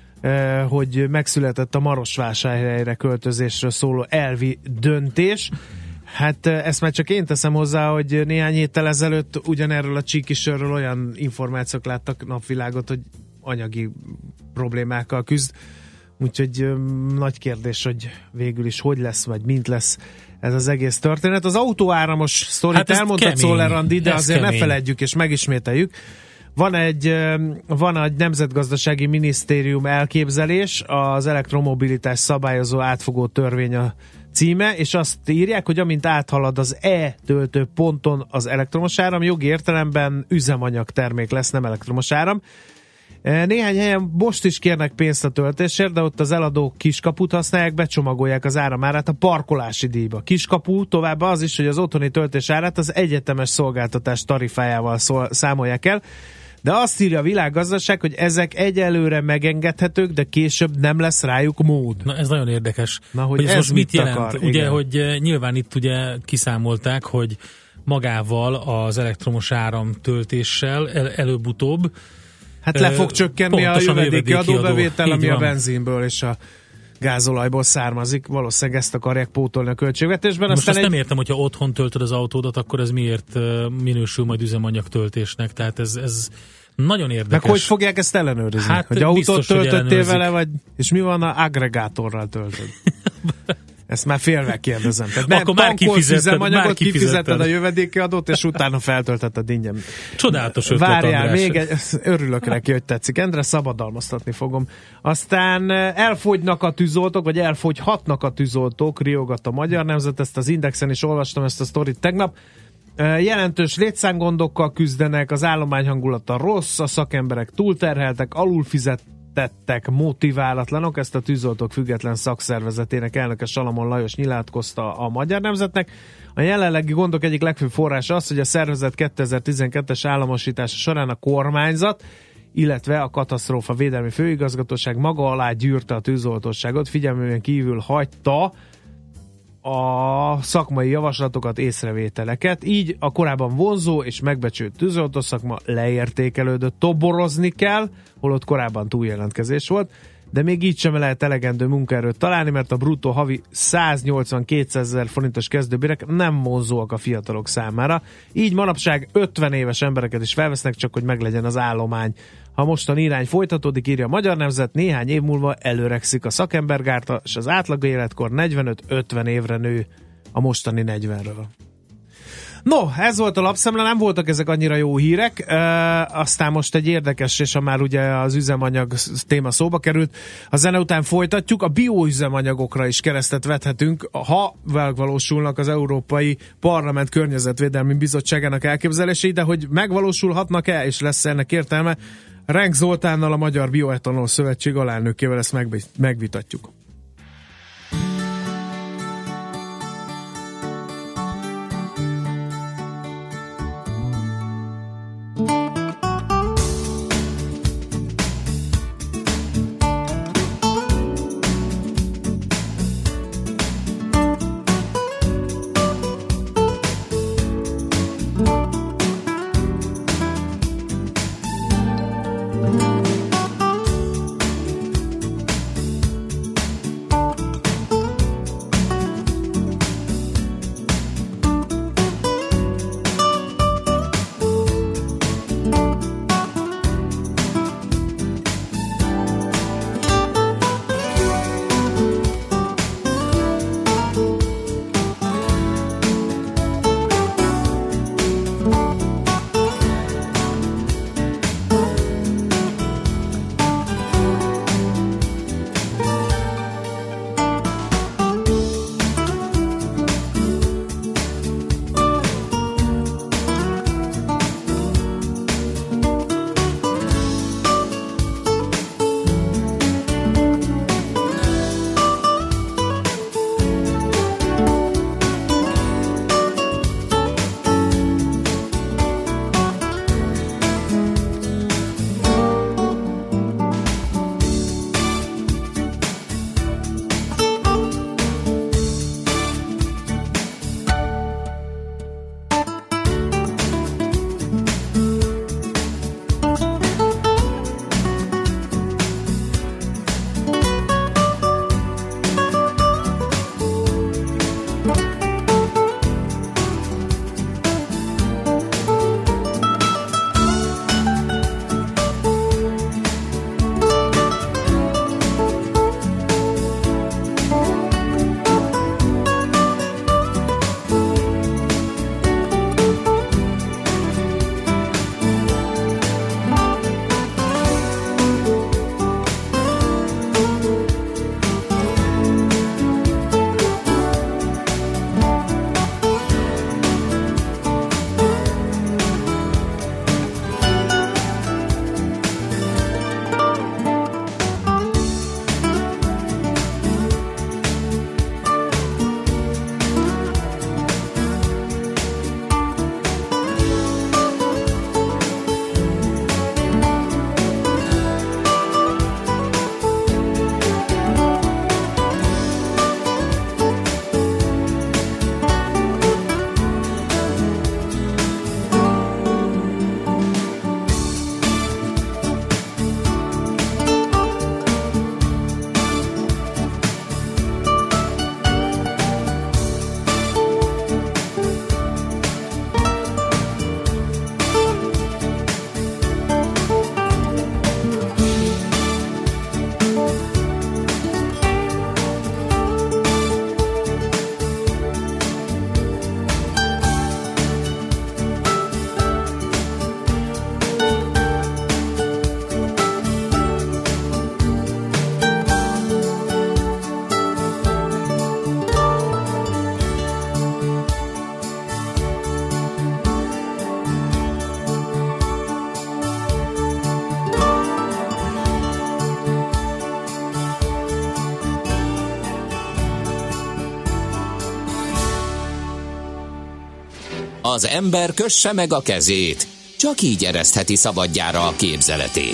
hogy megszületett a Marosvásárhelyre költözésről szóló elvi döntés. Hát ezt már csak én teszem hozzá, hogy néhány héttel ezelőtt ugyanerről a csíkisörről olyan információk láttak napvilágot, hogy anyagi problémákkal küzd. Úgyhogy öm, nagy kérdés, hogy végül is hogy lesz, vagy mint lesz ez az egész történet. Az autóáramos sztorit hát elmondtad, Szoller Andi, de azért kemény. Ne feledjük és megismételjük. Van egy, van egy nemzetgazdasági minisztérium elképzelés, az elektromobilitás szabályozó átfogó törvény a címe, és azt írják, hogy amint áthalad az e-töltő ponton az elektromos áram, jogi értelemben üzemanyag termék lesz, nem elektromos áram. Néhány helyen most is kérnek pénzt a töltésért, de ott az eladók kiskaput használják, becsomagolják az áramárát a parkolási díjba. Kiskapu továbbá az is, hogy az otthoni töltés árát az egyetemes szolgáltatás tarifájával szól, számolják el, de azt írja a Világgazdaság, hogy ezek egyelőre megengedhetők, de később nem lesz rájuk mód. Na ez nagyon érdekes. Na, hogy, hogy ez, ez most mit jelent? Akar? Ugye, igen. hogy nyilván itt ugye kiszámolták, hogy magával az elektromos áram töltéssel el, előbb-utóbb hát le fog csökkenni a jövedéki adóbevétel, ami van. A benzinből és a gázolajból származik. Valószínűleg ezt akarják pótolni a költségvetésben. Most Aztán azt egy... nem értem, hogyha otthon töltöd az autódat, akkor ez miért minősül majd üzemanyag töltésnek? Tehát ez, ez nagyon érdekes. Meg hogy fogják ezt ellenőrizni? Hát hogy autót biztos, töltöttél hogy vele, vagy... és mi van, a aggregátorral töltöd? Ezt már félve kérdezem. Tehát nem, akkor már kifizetted, már kifizetted a jövedéki adót, és utána feltöltetted ingyen. Csodálatos ötlet, Várjál, András. még egy, örülök neki, hogy tetszik. Endre, szabadalmaztatni fogom. Aztán elfogynak a tűzoltók, vagy elfogyhatnak a tűzoltók, riogat a Magyar Nemzet, ezt az Indexen is olvastam, ezt a sztorit tegnap. Jelentős létszámgondokkal küzdenek, az állomány hangulata rossz, a szakemberek túlterheltek, alulfizet tettek, motiválatlanok, ezt a tűzoltók független szakszervezetének elnöke Salamon Lajos nyilatkozta a Magyar Nemzetnek. A jelenlegi gondok egyik legfőbb forrása az, hogy a szervezet kétezer-tizenkettes államosítása során a kormányzat, illetve a katasztrófa védelmi főigazgatóság maga alá gyűrte a tűzoltóságot, figyelműen kívül hagyta a szakmai javaslatokat, észrevételeket, így a korábban vonzó és megbecsült tűzoltószakma leértékelődött, toborozni kell, holott korábban túljelentkezés volt, de még így sem lehet elegendő munkaerőt találni, mert a bruttó havi száznyolcvan-kétszázezer forintos kezdőbérek nem vonzóak a fiatalok számára, így manapság ötven éves embereket is felvesznek, csak hogy meglegyen az állomány. Ha mostan irány folytatódik, írja a Magyar Nemzet, néhány év múlva előregszik a szakembergárta, és az átlag életkor negyvenöt-ötven évre nő a mostani negyvenről. No, ez volt a lapszemle, nem voltak ezek annyira jó hírek, e, aztán most egy érdekes, és ha már ugye az üzemanyag téma szóba került, a zene után folytatjuk, a bioüzemanyagokra is keresztet vethetünk, ha megvalósulnak az Európai Parlament Környezetvédelmi Bizottságának elképzelései, de hogy megvalósulhatnak-e, és lesz ennek értelme, Renk Zoltánnal, a Magyar Bioetanol Szövetség alelnökével ezt megvitatjuk. Az ember kösse meg a kezét, csak így eresztheti szabadjára a képzeletét.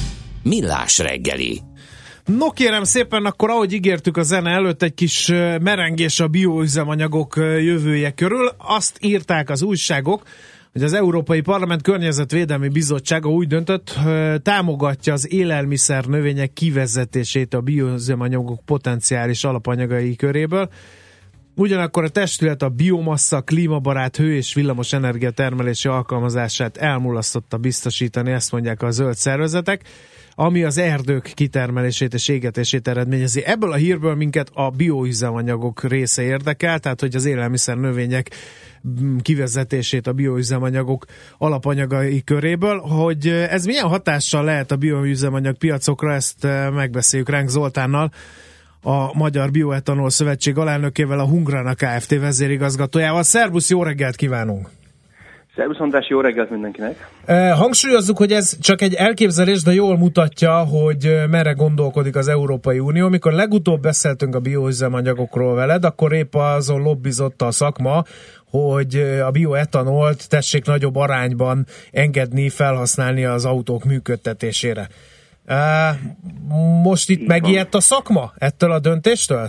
Millás reggeli. No kérem szépen, akkor ahogy ígértük a zene előtt, egy kis merengés a bioüzemanyagok jövője körül. Azt írták az újságok, hogy az Európai Parlament Környezetvédelmi Bizottsága úgy döntött, támogatja az élelmiszer növények kivezetését a bioüzemanyagok potenciális alapanyagai köréből. Ugyanakkor a testület a biomassa, klímabarát hő és villamos energia termelési alkalmazását elmulasztotta biztosítani, ezt mondják a zöld szervezetek. ami az erdők kitermelését és égetését eredményezi. Ebből a hírből minket a bioüzemanyagok része érdekel, tehát hogy az élelmiszer növények kivezetését a bioüzemanyagok alapanyagai köréből, hogy ez milyen hatással lehet a bioüzemanyag piacokra, ezt megbeszéljük Ránk Zoltánnal, a Magyar Bioetanol Szövetség alelnökével, a Hungrana Kft. Vezérigazgatójával. Szervusz, jó reggelt kívánunk! Szervusz András, jó reggelt mindenkinek! Hangsúlyozzuk, hogy ez csak egy elképzelés, de jól mutatja, hogy merre gondolkodik az Európai Unió. Mikor legutóbb beszéltünk a bioüzemanyagokról veled, akkor épp azon lobbizott a szakma, hogy a bioetanolt tessék nagyobb arányban engedni, felhasználni az autók működtetésére. Most itt megijedt a szakma ettől a döntéstől?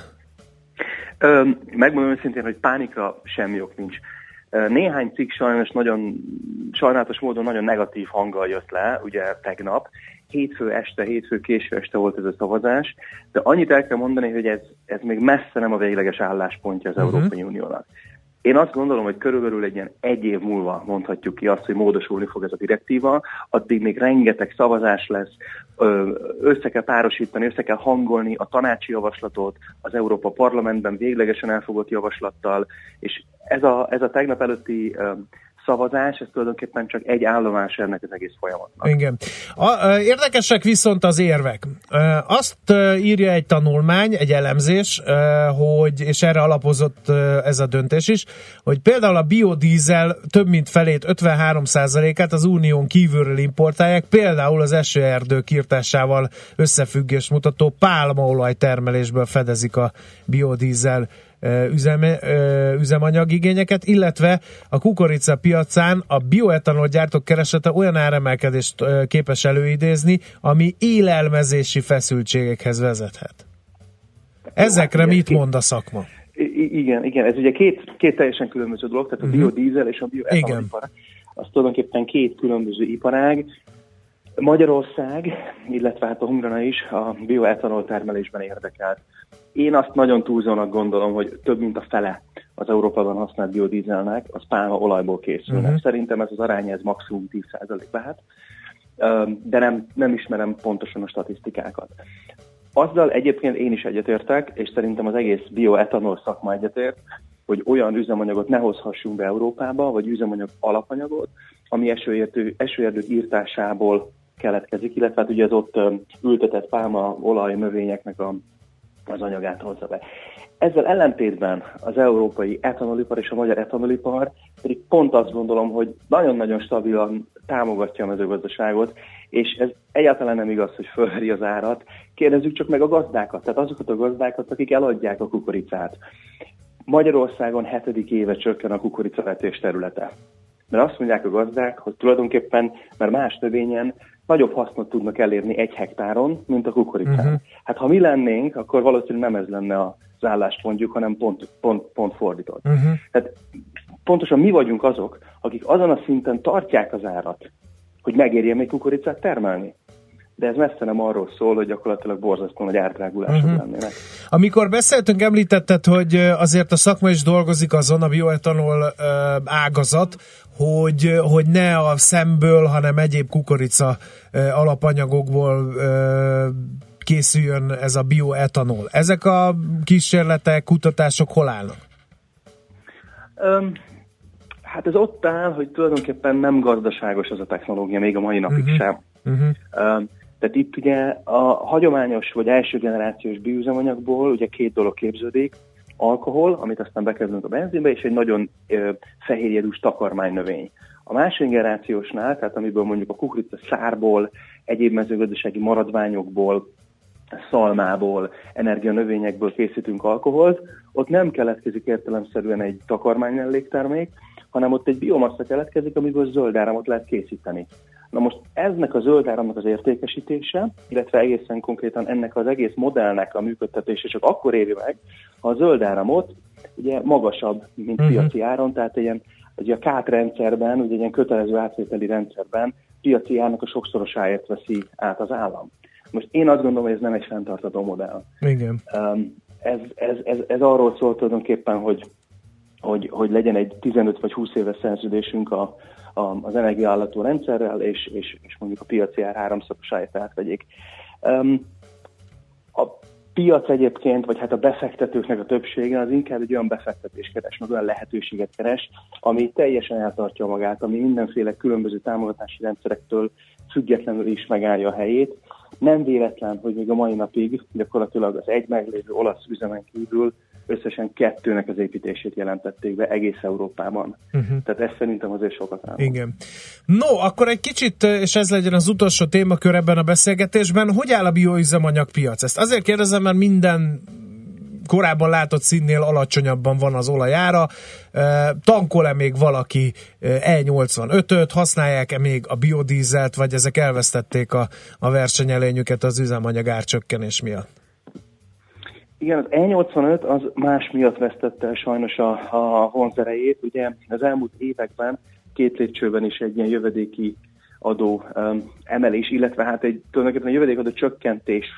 Megmondom őszintén, hogy pánikra semmi ok nincs. Néhány cikk sajnos nagyon, sajnálatos módon nagyon negatív hanggal jött le, ugye tegnap. Hétfő este, hétfő késő este volt ez a szavazás, de annyit el kell mondani, hogy ez, ez még messze nem a végleges álláspontja az uh-huh. Európai Uniónak. Én azt gondolom, hogy körülbelül egy ilyen egy év múlva mondhatjuk ki azt, hogy módosulni fog ez a direktíva, addig még rengeteg szavazás lesz, össze kell párosítani, össze kell hangolni a tanácsi javaslatot az Európa Parlamentben véglegesen elfogott javaslattal, és ez a, ez a tegnap előtti szavazás, ez tulajdonképpen csak egy állomás ennek az egész folyamatnak. Igen. A, érdekesek viszont az érvek. Azt írja egy tanulmány, egy elemzés, hogy, és erre alapozott ez a döntés is, hogy például a biodízel több mint felét, ötvenhárom százalékát az unión kívülről importálják, például az esőerdők írtásával összefüggés mutató pálmaolaj termelésből fedezik a biodízel Üzeme, üzemanyagigényeket, illetve a kukorica piacán a bioetanol gyártók keresete olyan áremelkedést képes előidézni, ami élelmezési feszültségekhez vezethet. Ezekre hát, mit mond a szakma? Igen, igen, ez ugye két, két teljesen különböző dolog, tehát a uh-huh. biodízel és a bioetanol ipar. Az tulajdonképpen két különböző iparág. Magyarország, illetve hát a Hungrana is a bioetanol termelésben érdekelt. Én azt nagyon túlzónak gondolom, hogy több mint a fele az Európában használt biodízelnek, az pálmaolajból készülnek. Uh-huh. Szerintem ez az arány, ez maximum tíz százalék lehet, de nem, nem ismerem pontosan a statisztikákat. Azzal egyébként én is egyetértek, és szerintem az egész bioetanol szakma egyetért, hogy olyan üzemanyagot ne hozhassunk be Európába, vagy üzemanyag alapanyagot, ami esőerdő, esőerdők írtásából keletkezik, illetve hát ugye az ott ültetett pálmaolaj növényeknek a, az anyagát hozza be. Ezzel ellentétben az európai etanolipar és a magyar etanolipar pedig pont azt gondolom, hogy nagyon-nagyon stabilan támogatja a mezőgazdaságot, és ez egyáltalán nem igaz, hogy fölveri az árat. Kérdezzük csak meg a gazdákat, tehát azokat a gazdákat, akik eladják a kukoricát. Magyarországon hetedik éve csökken a kukoricavetés területe. Mert azt mondják a gazdák, hogy tulajdonképpen már más növényen nagyobb hasznot tudnak elérni egy hektáron, mint a kukoricán. Uh-huh. Hát ha mi lennénk, akkor valószínűleg nem ez lenne az álláspontjuk, hanem pont, pont, pont fordított. Uh-huh. Tehát pontosan mi vagyunk azok, akik azon a szinten tartják az árat, hogy megérjen még kukoricát termelni. De ez messze nem arról szól, hogy gyakorlatilag borzasztó nagy ártrágulások uh-huh. lennének. Amikor beszéltünk, említetted, hogy azért a szakma is dolgozik azon, a bioetanol ágazat, hogy, hogy ne a szemből, hanem egyéb kukorica alapanyagokból készüljön ez a bioetanol. Ezek a kísérletek, kutatások hol állnak? Um, hát ez ott áll, hogy tulajdonképpen nem gazdaságos az a technológia, még a mai napig uh-huh. sem. Uh-huh. Um, Tehát itt ugye a hagyományos vagy első generációs bioüzemanyagból ugye két dolog képződik, alkohol, amit aztán bekerülünk a benzinbe, és egy nagyon ö, fehérjedús takarmánynövény. A második generációsnál, tehát amiből mondjuk a kukorica szárból, egyéb mezőgazdasági maradványokból, szalmából, energianövényekből készítünk alkoholt, ott nem keletkezik értelemszerűen egy takarmánymelléktermék, hanem ott egy biomassa keletkezik, amiből zöld áramot lehet készíteni. Na most eznek a zöld áramnak az értékesítése, illetve egészen konkrétan ennek az egész modellnek a működtetése csak akkor éri meg, ha a zöld áramot ugye magasabb, mint uh-huh. piaci áron, tehát ilyen, ugye a kát rendszerben, ugye egy ilyen kötelező átvételi rendszerben piaci árnak a sokszorosáért veszi át az állam. Most én azt gondolom, hogy ez nem egy fenntartható modell. Igen. Um, ez, ez, ez, ez arról szól tulajdonképpen, hogy hogy, hogy legyen egy tizenöt vagy húsz éves szerződésünk a, a, az energiaellátó rendszerrel, és, és, és mondjuk a piaci ár háromszorosáért átvegyék. Um, a piac egyébként, vagy hát a befektetőknek a többsége az inkább egy olyan befektetés keres, meg olyan lehetőséget keres, ami teljesen eltartja magát, ami mindenféle különböző támogatási rendszerektől függetlenül is megállja a helyét. Nem véletlen, hogy még a mai napig gyakorlatilag az egy meglévő olasz üzemen kívül összesen kettőnek az építését jelentették be egész Európában. Uh-huh. Tehát ez szerintem azért sokat álmod. Igen. No, akkor egy kicsit, és ez legyen az utolsó témakör ebben a beszélgetésben, hogy áll a bioüzemanyagpiac? Ezt azért kérdezem, mert minden korábban látott színnél alacsonyabban van az olajára. Tankol-e még valaki E nyolcvanötöt, használják-e még a biodízelt, vagy ezek elvesztették a, a versenyelőnyüket az üzemanyag árcsökkenés miatt? Igen, az E nyolcvanöt az más miatt vesztette sajnos a, a vonzerejét. Ugye az elmúlt években két lépcsőben is egy ilyen jövedéki adó um, emelés, illetve hát egy tulajdonképpen a jövedékadó csökkentésnek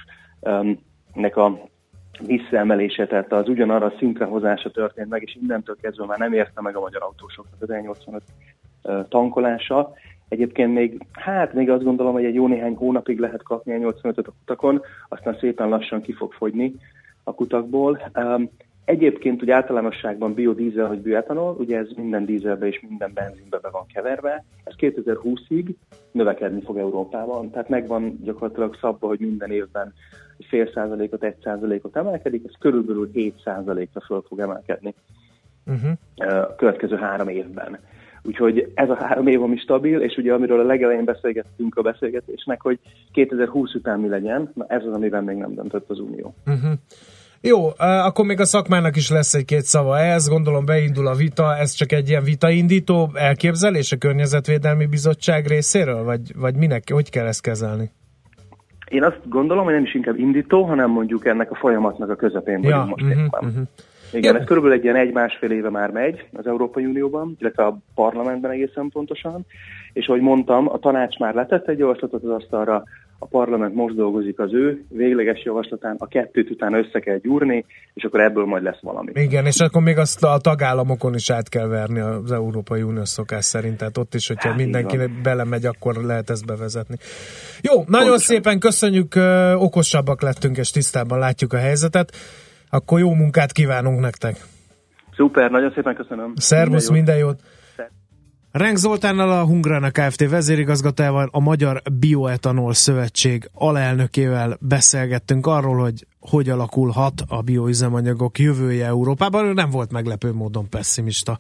um, a visszaemelése, tehát az ugyanarra a szintre hozása történt meg, és innentől kezdve már nem érte meg a magyar autósoknak az E nyolcvanöt uh, tankolása. Egyébként még, hát még azt gondolom, hogy egy jó néhány hónapig lehet kapni E nyolcvanötöt a kutakon, aztán szépen lassan ki fog fogyni a kutakból. Um, egyébként ugye általánosságban biodízel vagy bioetanol, ugye ez minden dízelbe és minden benzinbe be van keverve, ez kétezer-húszig növekedni fog Európában, tehát megvan gyakorlatilag szabva, hogy minden évben fél százalékot, egy százalékot emelkedik, ez körülbelül hét százalékra föl fog emelkedni uh-huh. a következő három évben. Úgyhogy ez a három év ami stabil, és ugye amiről a legelején beszélgettünk a beszélgetésnek, hogy kétezer-húsz után mi legyen, na ez az, amiben még nem döntött az Unió. Uh-huh. Jó, akkor még a szakmának is lesz egy-két szava ehhez, gondolom beindul a vita, ez csak egy ilyen vitaindító elképzelés a Környezetvédelmi Bizottság részéről, vagy, vagy minek, hogy kell ezt kezelni? Én azt gondolom, hogy nem is inkább indító, hanem mondjuk ennek a folyamatnak a közepén vagyunk ja, most uh-huh, éppen. Uh-huh. Igen, ez körülbelül egy ilyen egy-másfél éve már megy az Európai Unióban, illetve a parlamentben egészen pontosan, és ahogy mondtam, a tanács már letett egy javaslatot az asztalra, a parlament most dolgozik az ő végleges javaslatán, a kettőt utána össze kell gyúrni, és akkor ebből majd lesz valami. Igen, és akkor még azt a tagállamokon is át kell verni az Európai Unió szokás szerint, tehát ott is, hogyha hát, mindenki belemegy, akkor lehet ezt bevezetni. Jó, nagyon pontosan. Szépen köszönjük, okosabbak lettünk, és tisztában látjuk a helyzetet. Akkor jó munkát kívánunk nektek! Szuper, nagyon szépen köszönöm! Szervusz, minden jót! Minden jót. Renk Zoltánnal, a Hungrana Kft. Vezérigazgatójával, a Magyar Bioetanol Szövetség alelnökével beszélgettünk arról, hogy hogy alakulhat a bioüzemanyagok jövője Európában. Ő nem volt meglepő módon pessimista.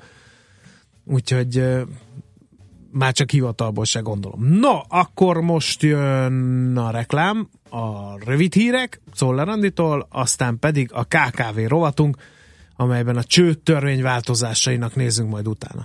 Úgyhogy már csak hivatalból se gondolom. No, akkor most jön a reklám, a rövid hírek Czoller Anditól, aztán pedig a ká ká vé rovatunk, amelyben a csőtörvény változásainak nézzünk majd utána.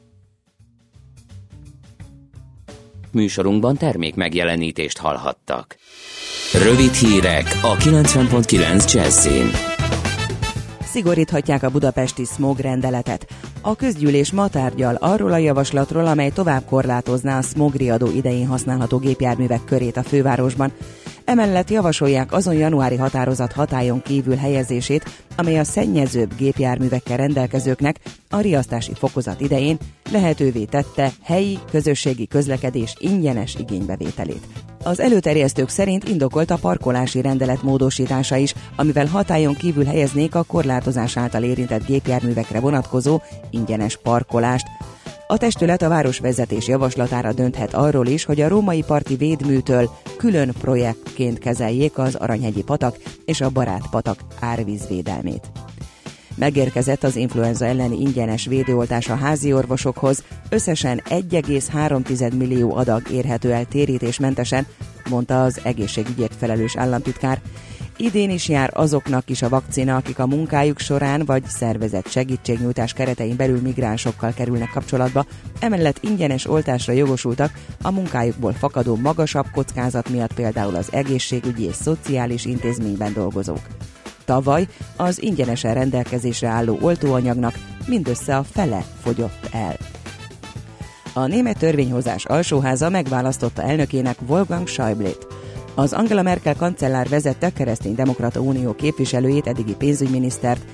Műsorunkban termék megjelenítést hallhattak. Rövid hírek a kilencven pont kilenc Jazzin. Szigoríthatják a budapesti smog rendeletet. A közgyűlés ma tárgyal arról a javaslatról, amely tovább korlátozná a smogriadó idején használható gépjárművek körét a fővárosban. Emellett javasolják azon januári határozat hatályon kívül helyezését, amely a szennyezőbb gépjárművekkel rendelkezőknek a riasztási fokozat idején lehetővé tette helyi közösségi közlekedés ingyenes igénybevételét. Az előterjesztők szerint indokolt a parkolási rendelet módosítása is, amivel hatályon kívül helyeznék a korlátozás által érintett gépjárművekre vonatkozó ingyenes parkolást. A testület a városvezetés javaslatára dönthet arról is, hogy a római parti védműtől külön projektként kezeljék az Aranyhegyi patak és a Barát-patak árvízvédelmét. Megérkezett az influenza elleni ingyenes védőoltás a házi orvosokhoz, összesen egy egész három millió adag érhető el térítésmentesen, mondta az egészségügyért felelős államtitkár. Idén is jár azoknak is a vakcina, akik a munkájuk során vagy szervezett segítségnyújtás keretein belül migránsokkal kerülnek kapcsolatba, emellett ingyenes oltásra jogosultak a munkájukból fakadó magasabb kockázat miatt például az egészségügyi és szociális intézményben dolgozók. Tavaly az ingyenesen rendelkezésre álló oltóanyagnak mindössze a fele fogyott el. A német törvényhozás alsóháza megválasztotta elnökének Wolfgang Schäuble-t. Az Angela Merkel kancellár vezette Kereszténydemokrata Unió képviselőjét, eddigi pénzügyminisztert,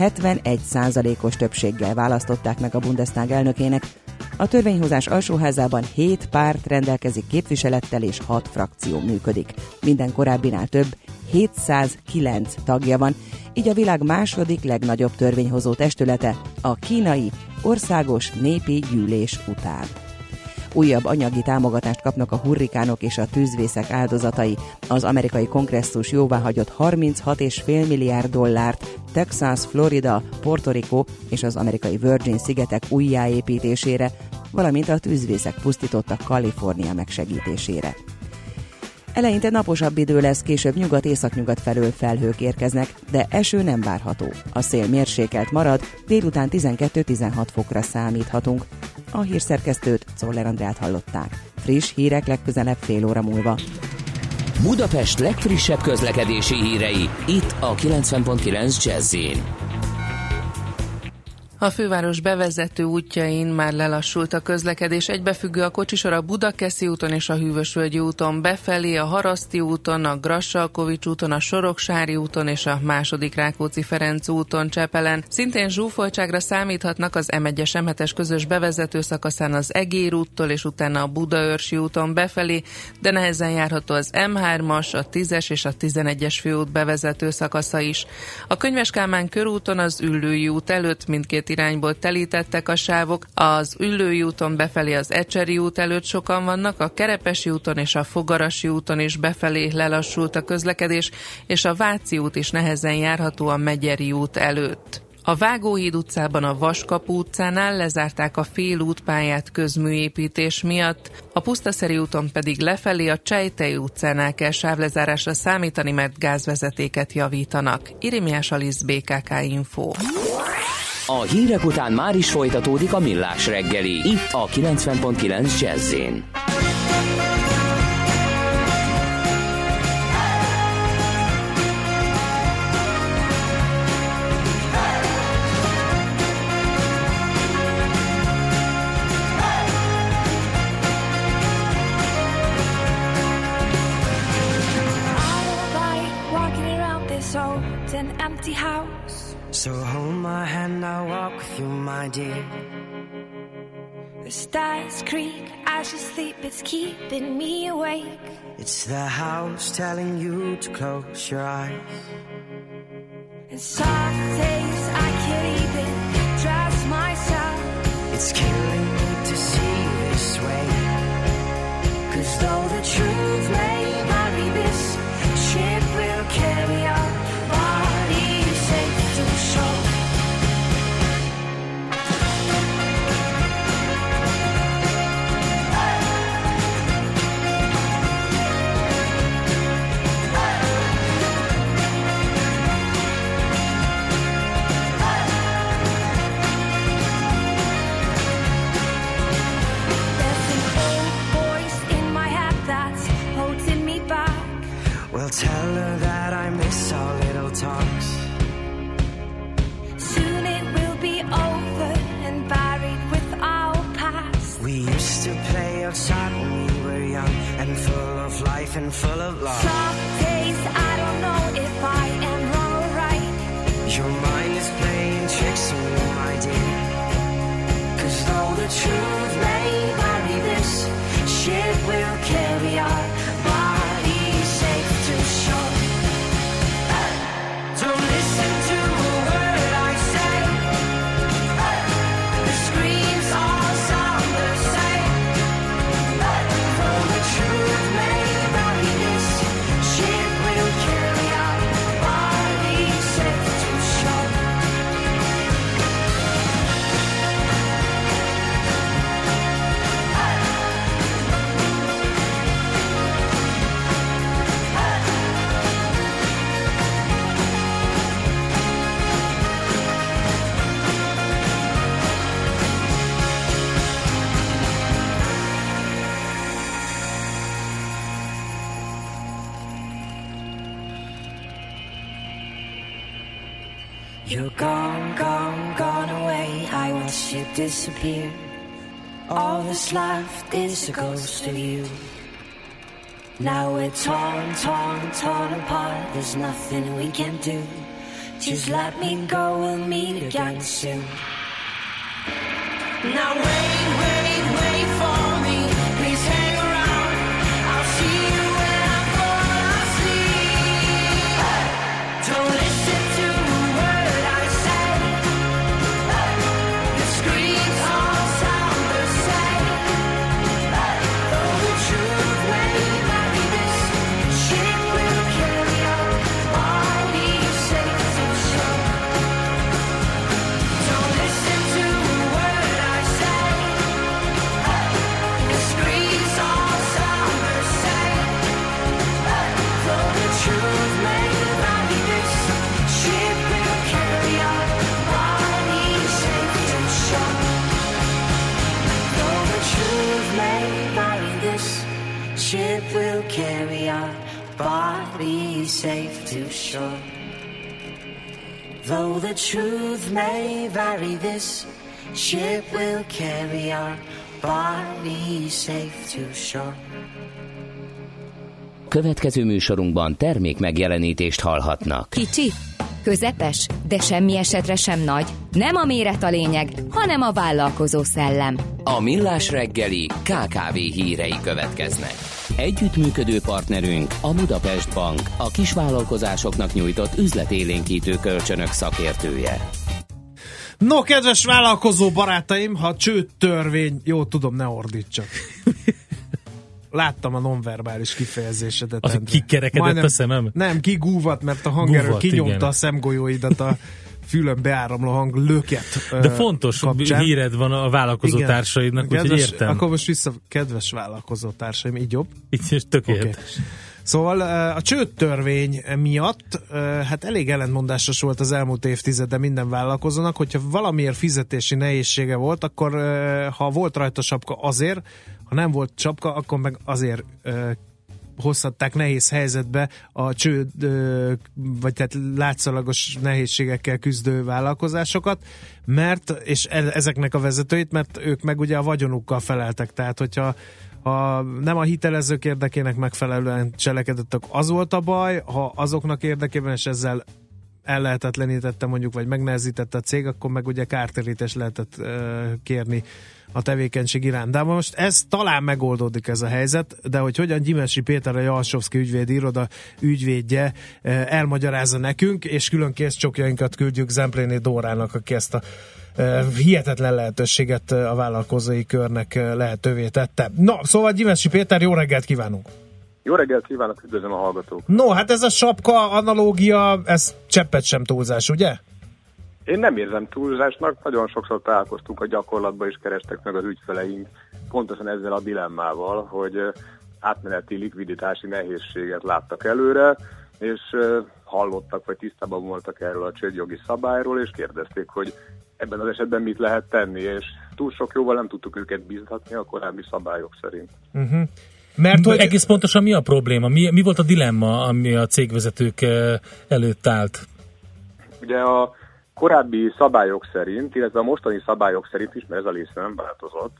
hetvenegy százalékos többséggel választották meg a Bundestag elnökének. A törvényhozás alsóházában hét párt rendelkezik képviselettel és hat frakció működik. Minden korábbinál több, hétszázkilenc tagja van, így a világ második legnagyobb törvényhozó testülete a kínai Országos Népi Gyűlés után. Újabb anyagi támogatást kapnak a hurrikánok és a tűzvészek áldozatai. Az amerikai kongresszus jóváhagyott harminchat egész öt milliárd dollárt Texas, Florida, Puerto Rico és az amerikai Virgin szigetek újjáépítésére, valamint a tűzvészek pusztította Kalifornia megsegítésére. Eleinte naposabb idő lesz, később nyugat-északnyugat felől felhők érkeznek, de eső nem várható. A szél mérsékelt marad, délután tizenkettő-tizenhat fokra számíthatunk. A hírszerkesztőt, Czoller Andrát hallották. Friss hírek legközelebb fél óra múlva. Budapest legfrissebb közlekedési hírei, itt a kilencven pont kilenc Jazz-in. A főváros bevezető útjain már lelassult a közlekedés, egybefüggő a kocsisor a Budakeszi úton és a Hűvösvölgyi úton befelé, a Haraszti úton, a Grassalkovics úton, a Soroksári úton és a második Rákóczi-Ferenc úton Csepelen. Szintén zsúfoltságra számíthatnak az em egyes em hetes közös bevezető szakaszán az Egér úttól és utána a Budaörsi úton befelé, de nehezen járható az em hármas, a tízes és a tizenegyes főút bevezető szakasza is. A Könyves Kálmán körúton az Üllői út előtt mindkét irányból telítettek a sávok, az Üllői úton befelé az Ecseri út előtt sokan vannak, a Kerepesi úton és a Fogarasi úton is befelé lelassult a közlekedés, és a Váci út is nehezen járható a Megyeri út előtt. A Vágóhíd utcában a Vaskapu utcánál lezárták a félútpályát közműépítés miatt, a Pusztaszeri úton pedig lefelé a Csejtei utcánál kell sávlezárásra számítani, mert gázvezetéket javítanak. Irimiás Alisz, bé ká ká Info. A hírek után már is folytatódik a Millás reggeli, itt a kilencven pont kilenc Jazz-in. So hold my hand, I'll walk with you, my dear. The stars creak as you sleep, it's keeping me awake. It's the house telling you to close your eyes. And some days I can't even trust myself. It's killing me to see you this way. 'Cause though the truth may vary, this ship will carry our bodies safe to shore. Tell her that I miss our little talks. Soon it will be over and buried with our past. We used to play outside when we were young and full of life and full of love. Some days I don't know if I am wrong or right. Your mind is playing tricks on me, my dear. 'Cause though the truth may vary, this ship will carry our bodies safe to shore. Don't listen to a word I say. The screams all sound the same. Though the truth may vary, this ship will carry our bodies safe to shore. You're gone, gone, gone away. I watched you disappear. All that's left is a ghost of you. Now we're torn, torn, torn apart. There's nothing we can do Just let me go, we'll meet again soon. Now wait, wait, wait for me. Please hang around. I'll see you when I fall asleep. Don't listen to a word I say. The screams all sound the same. Though the truth may vary, this ship will carry our bodies safe to shore. Don't listen to a word I say. The screams all sound the same. Though the truth may vary, this ship will carry our bodies safe to shore. Though the truth may vary, this ship will carry our bodies safe to shore. Though the truth may vary, this ship will carry our bodies safe to shore. Következő műsorunkban termék megjelenítést hallhatnak. Kicsi, közepes, de semmi esetre sem nagy. Nem a méret a lényeg, hanem a vállalkozó szellem. A Millás reggeli ká ká vé hírei következnek. Együttműködő partnerünk a Budapest Bank, a kisvállalkozásoknak nyújtott üzletélénkítő kölcsönök szakértője. No, kedves vállalkozó barátaim, ha csőtörvény, jó tudom, ne ordítsak. Láttam a nonverbális kifejezésedet. Az kikerekedett a szemem? Nem, kigúvat, mert a hangerő Gúvat, kinyomta igen. A szemgolyóidat a fülön beáramló hang löket. De fontos kapcsán. Híred van a vállalkozó Igen. társaidnak, Kedves, úgyhogy értem. Akkor most vissza, kedves vállalkozó társaim, így jobb? Így tökéletes. Okay. Szóval a csőttörvény miatt hát elég ellentmondásos volt az elmúlt évtizedben minden vállalkozónak, hogyha valamiért fizetési nehézsége volt, akkor ha volt rajta sapka azért, ha nem volt sapka, akkor meg azért hozhatták nehéz helyzetbe a csőd, vagy tehát látszalagos nehézségekkel küzdő vállalkozásokat, mert, és ezeknek a vezetőit, mert ők meg ugye a vagyonukkal feleltek, tehát hogyha ha nem a hitelezők érdekének megfelelően cselekedettek, az volt a baj, ha azoknak érdekében, és ezzel ellehetetlenítette mondjuk, vagy megnehezítette a cég, akkor meg ugye kártérítést lehetett uh, kérni a tevékenység iránt. De most ez talán megoldódik ez a helyzet, de hogy hogyan Gyimesi Péter, a Jalsovszky ügyvédi iroda ügyvédje uh, elmagyarázza nekünk, és külön készcsokjainkat küldjük Zempléné Dórának, aki ezt a uh, hihetetlen lehetőséget uh, a vállalkozói körnek uh, lehetővé tette. Na, szóval Gyimesi Péter, jó reggelt kívánunk! Jó reggelt kívánok, üdvözlöm a hallgatók! No, hát ez a sapka analógia, ez cseppet sem túlzás, ugye? Én nem érzem túlzásnak, nagyon sokszor találkoztunk a gyakorlatban, és kerestek meg az ügyfeleink pontosan ezzel a dilemmával, hogy átmeneti likviditási nehézséget láttak előre, és hallottak, vagy tisztában voltak erről a csődjogi szabályról, és kérdezték, hogy ebben az esetben mit lehet tenni, és túl sok jóval nem tudtuk őket bíztatni a korábbi szabályok szerint. Uh-huh. Mert hogy egész pontosan mi a probléma? Mi, mi volt a dilemma, ami a cégvezetők előtt állt? Ugye a korábbi szabályok szerint, illetve a mostani szabályok szerint is, mert ez a része nem változott,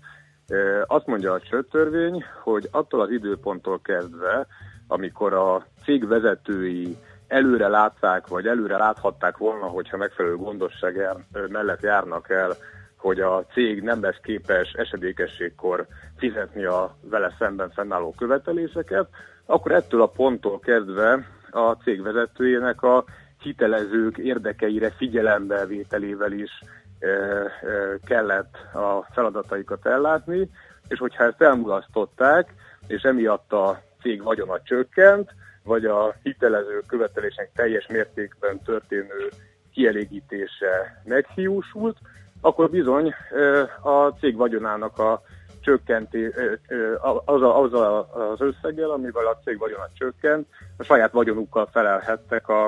azt mondja a csődtörvény, hogy attól az időponttól kezdve, amikor a cég vezetői előre látták, vagy előre láthatták volna, hogyha megfelelő gondosság jár, mellett járnak el, hogy a cég nem lesz képes esedékességkor fizetni a vele szemben fennálló követeléseket, akkor ettől a ponttól kezdve a cég vezetőjének a hitelezők érdekeire figyelembevételével is e, e, kellett a feladataikat ellátni, és hogyha ezt elmulasztották, és emiatt a cég vagyona csökkent, vagy a hitelező követelésnek teljes mértékben történő kielégítése meghiúsult, akkor bizony a cég vagyonának a csökkenti, az, a, az a, az összeggel, amivel a cég vagyona csökkent, a saját vagyonukkal felelhettek a,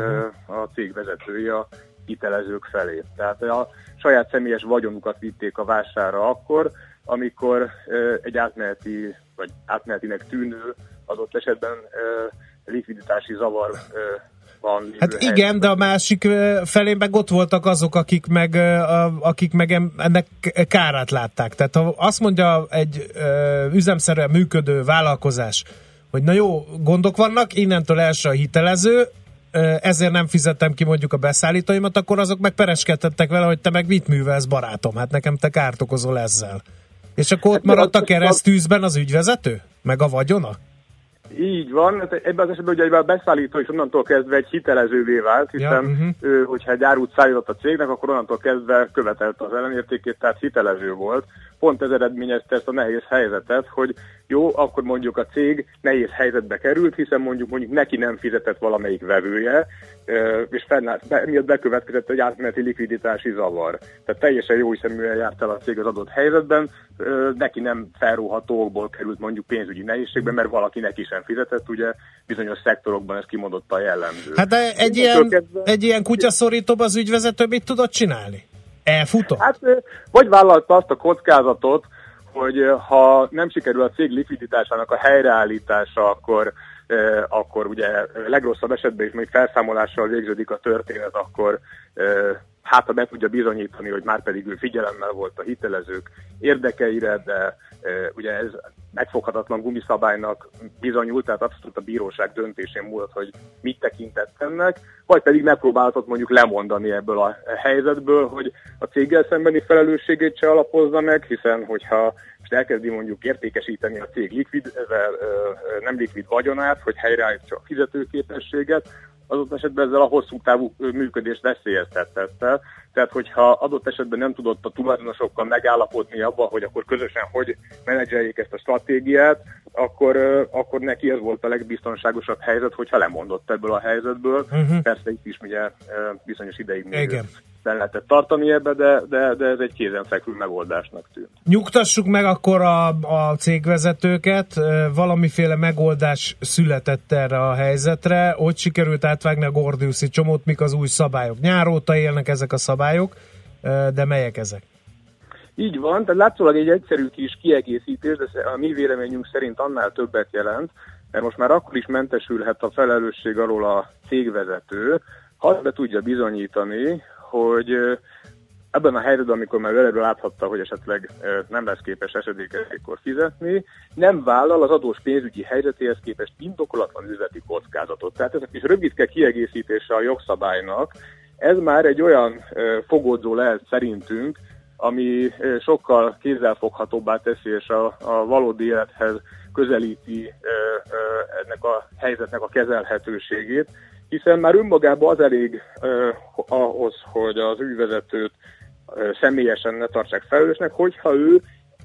a cég vezetői a hitelezők felé. Tehát a saját személyes vagyonukat vitték a vásárra akkor, amikor egy átmeneti, vagy átmenetinek tűnő adott esetben likviditási zavar van. Hát igen, helyzetben. De a másik felén meg ott voltak azok, akik meg, akik meg ennek kárát látták. Tehát ha azt mondja egy üzemszerűen működő vállalkozás, hogy na jó, gondok vannak, innentől első a hitelező, ezért nem fizettem ki mondjuk a beszállítóimat, akkor azok meg pereskedtettek vele, hogy te meg mit művelsz, barátom, hát nekem te kárt okozol ezzel. És akkor ott maradt a keresztűzben az ügyvezető? Meg a vagyona? Így van, ebben az esetben ugye a beszállító is onnantól kezdve egy hitelezővé vált, hiszen ja, uh-huh. ő, hogyha egy árut szállított a cégnek, akkor onnantól kezdve követelte az ellenértékét, tehát hitelező volt. Pont ez eredményezte ezt a nehéz helyzetet, hogy jó, akkor mondjuk a cég nehéz helyzetbe került, hiszen mondjuk mondjuk neki nem fizetett valamelyik vevője, és fennállt, miatt bekövetkezett egy átmeneti likviditási zavar. Tehát teljesen jó hiszeműen járt el a cég az adott helyzetben, neki nem felróhatókból került mondjuk pénzügyi nehézségbe, mert valaki neki sem fizetett, ugye bizonyos szektorokban ez kimondottan jellemző. Hát de egy, ilyen, kezdve... egy ilyen kutyaszorítóban az ügyvezető mit tudott csinálni? Elfutott? Hát vagy vállalta azt a kockázatot, hogy ha nem sikerül a cég likviditásának a helyreállítása, akkor, eh, akkor ugye legrosszabb esetben is még felszámolással végződik a történet, akkor eh, hát ha be tudja bizonyítani, hogy már pedig ő figyelemmel volt a hitelezők érdekeire, de e, ugye ez megfoghatatlan gumiszabálynak bizonyult, tehát abszolút a bíróság döntésén múlott, hogy mit tekintett ennek, vagy pedig megpróbálhatott mondjuk lemondani ebből a helyzetből, hogy a céggel szembeni felelősségét se alapozza meg, hiszen hogyha most elkezdi mondjuk értékesíteni a cég likvid, ezzel, nem likvid vagyonát, hogy helyreállítsa a fizetőképességet, adott esetben ezzel a hosszú távú működést veszélyeztetette. Tehát, hogyha adott esetben nem tudott a tulajdonosokkal megállapodni abban, hogy akkor közösen hogy menedzseljék ezt a stratégiát, akkor, akkor neki ez volt a legbiztonságosabb helyzet, hogyha lemondott ebből a helyzetből. Uh-huh. Persze itt is ugye bizonyos ideig még ben lehetett tartani ebbe, de, de, de ez egy kézenfekvő megoldásnak tűnt. Nyugtassuk meg akkor a, a cégvezetőket, valamiféle megoldás született erre a helyzetre, hogy sikerült átvágni a gordiuszi csomót, mik az új szabályok. Nyár óta élnek ezek a szabályok, de melyek ezek? Így van, tehát látszólag egy egyszerű kis kiegészítés, de a mi véleményünk szerint annál többet jelent, mert most már akkor is mentesülhet a felelősség alól a cégvezető, ha be tudja bizonyítani, hogy ebben a helyzetben, amikor már előre láthatta, hogy esetleg nem lesz képes esedékekkor fizetni, nem vállal az adós pénzügyi helyzetéhez képest indokolatlan üzleti kockázatot. Tehát ez a kis rövidke kiegészítése a jogszabálynak, ez már egy olyan fogódzó lehet szerintünk, ami sokkal kézzelfoghatóbbá teszi és a, a valódi élethez közelíti ennek a helyzetnek a kezelhetőségét, hiszen már önmagában az elég eh, ahhoz, hogy az ügyvezetőt eh, személyesen ne tartsák felelősnek, hogyha ő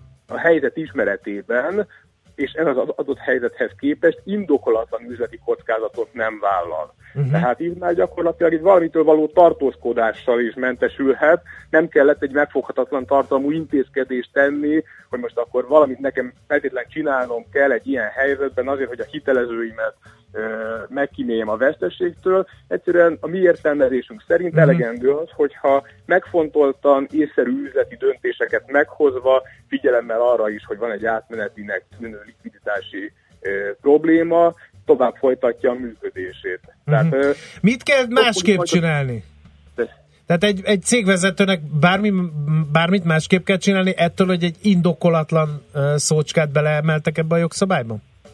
a helyzet ismeretében és ez az adott helyzethez képest indokolatlan üzleti kockázatot nem vállal. Uh-huh. Tehát így már gyakorlatilag itt valamitől való tartózkodással is mentesülhet, nem kellett egy megfoghatatlan tartalmú intézkedést tenni, hogy most akkor valamit nekem feltétlenül csinálnom kell egy ilyen helyzetben azért, hogy a hitelezőimet megkíméljem a veszteségtől. Egyszerűen a mi értelmezésünk szerint uh-huh. elegendő az, hogyha megfontoltan észszerű üzleti döntéseket meghozva, figyelemmel arra is, hogy van egy átmenetinek tűnő likviditási e, probléma, tovább folytatja a működését. Uh-huh. Tehát, mit kell másképp majd... csinálni? Tehát egy, egy cégvezetőnek bármi, bármit másképp kell csinálni ettől, hogy egy indokolatlan uh, szócskát beleemeltek ebbe a jogszabályba?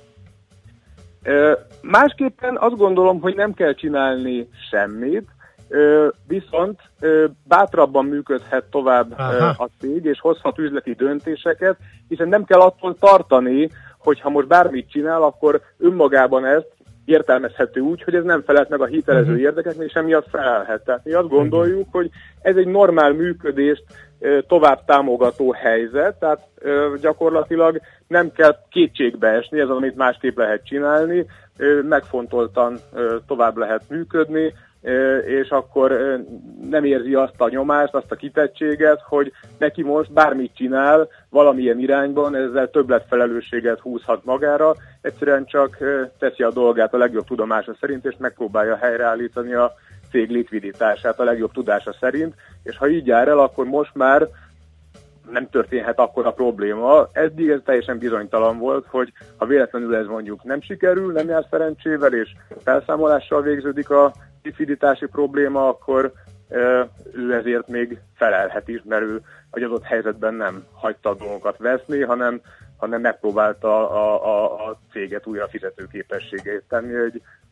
Másképpen azt gondolom, hogy nem kell csinálni semmit, viszont bátrabban működhet tovább Aha. a cég, és hozhat üzleti döntéseket, hiszen nem kell attól tartani, hogy ha most bármit csinál, akkor önmagában ezt értelmezhető úgy, hogy ez nem felelt meg a hitelező uh-huh. érdekeknek, és emiatt felelhet. Tehát mi azt gondoljuk, hogy ez egy normál működést tovább támogató helyzet, tehát gyakorlatilag nem kell kétségbe esni, ez az, amit másképp lehet csinálni, megfontoltan tovább lehet működni, és akkor nem érzi azt a nyomást, azt a kitettséget, hogy neki most bármit csinál valamilyen irányban, ezzel többletfelelősséget húzhat magára, egyszerűen csak teszi a dolgát a legjobb tudomása szerint, és megpróbálja helyreállítani a cég likviditását a legjobb tudása szerint, és ha így jár el, akkor most már nem történhet akkor a probléma. Eddig ez teljesen bizonytalan volt, hogy ha véletlenül ez mondjuk nem sikerül, nem jár szerencsével, és felszámolással végződik a likviditási probléma, akkor e, ő ezért még felelhet is, mert ő egy adott helyzetben nem hagyta a dolgokat veszni, hanem, hanem megpróbálta a, a, a céget újra fizetőképességét tenni egy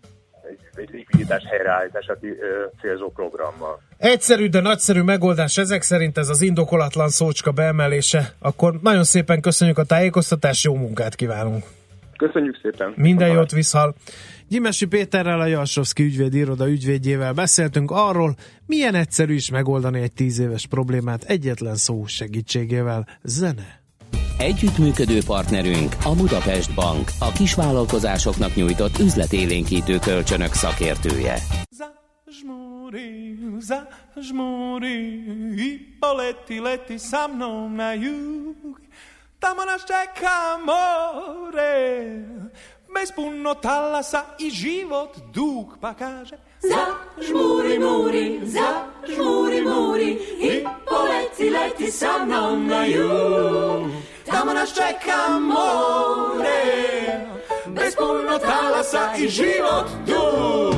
egy, egy likviditás helyreállítását célzó programmal. Egyszerű, de nagyszerű megoldás ezek szerint, ez az indokolatlan szócska beemelése. Akkor nagyon szépen köszönjük a tájékoztatást, jó munkát kívánunk! Köszönjük szépen! Minden jót, viszhal! Gyimesi Péterrel, a Jalsowski ügyvédi iroda ügyvédjével beszéltünk arról, milyen egyszerű is megoldani egy tíz éves problémát egyetlen szó segítségével. Zene! Együttműködő partnerünk a Budapest Bank, a kisvállalkozásoknak nyújtott üzletélénkítő kölcsönök szakértője. Zažmuri, zažmuri i poleti, leti sa mnom na jug. Tamo nas čeka more, bez puno talasa i život dug, pa kaže Zažmuri, muri, zažmuri, muri i poleti, leti sa mnom na jug. Tamo nas čeka more, bez puno talasa i život dug.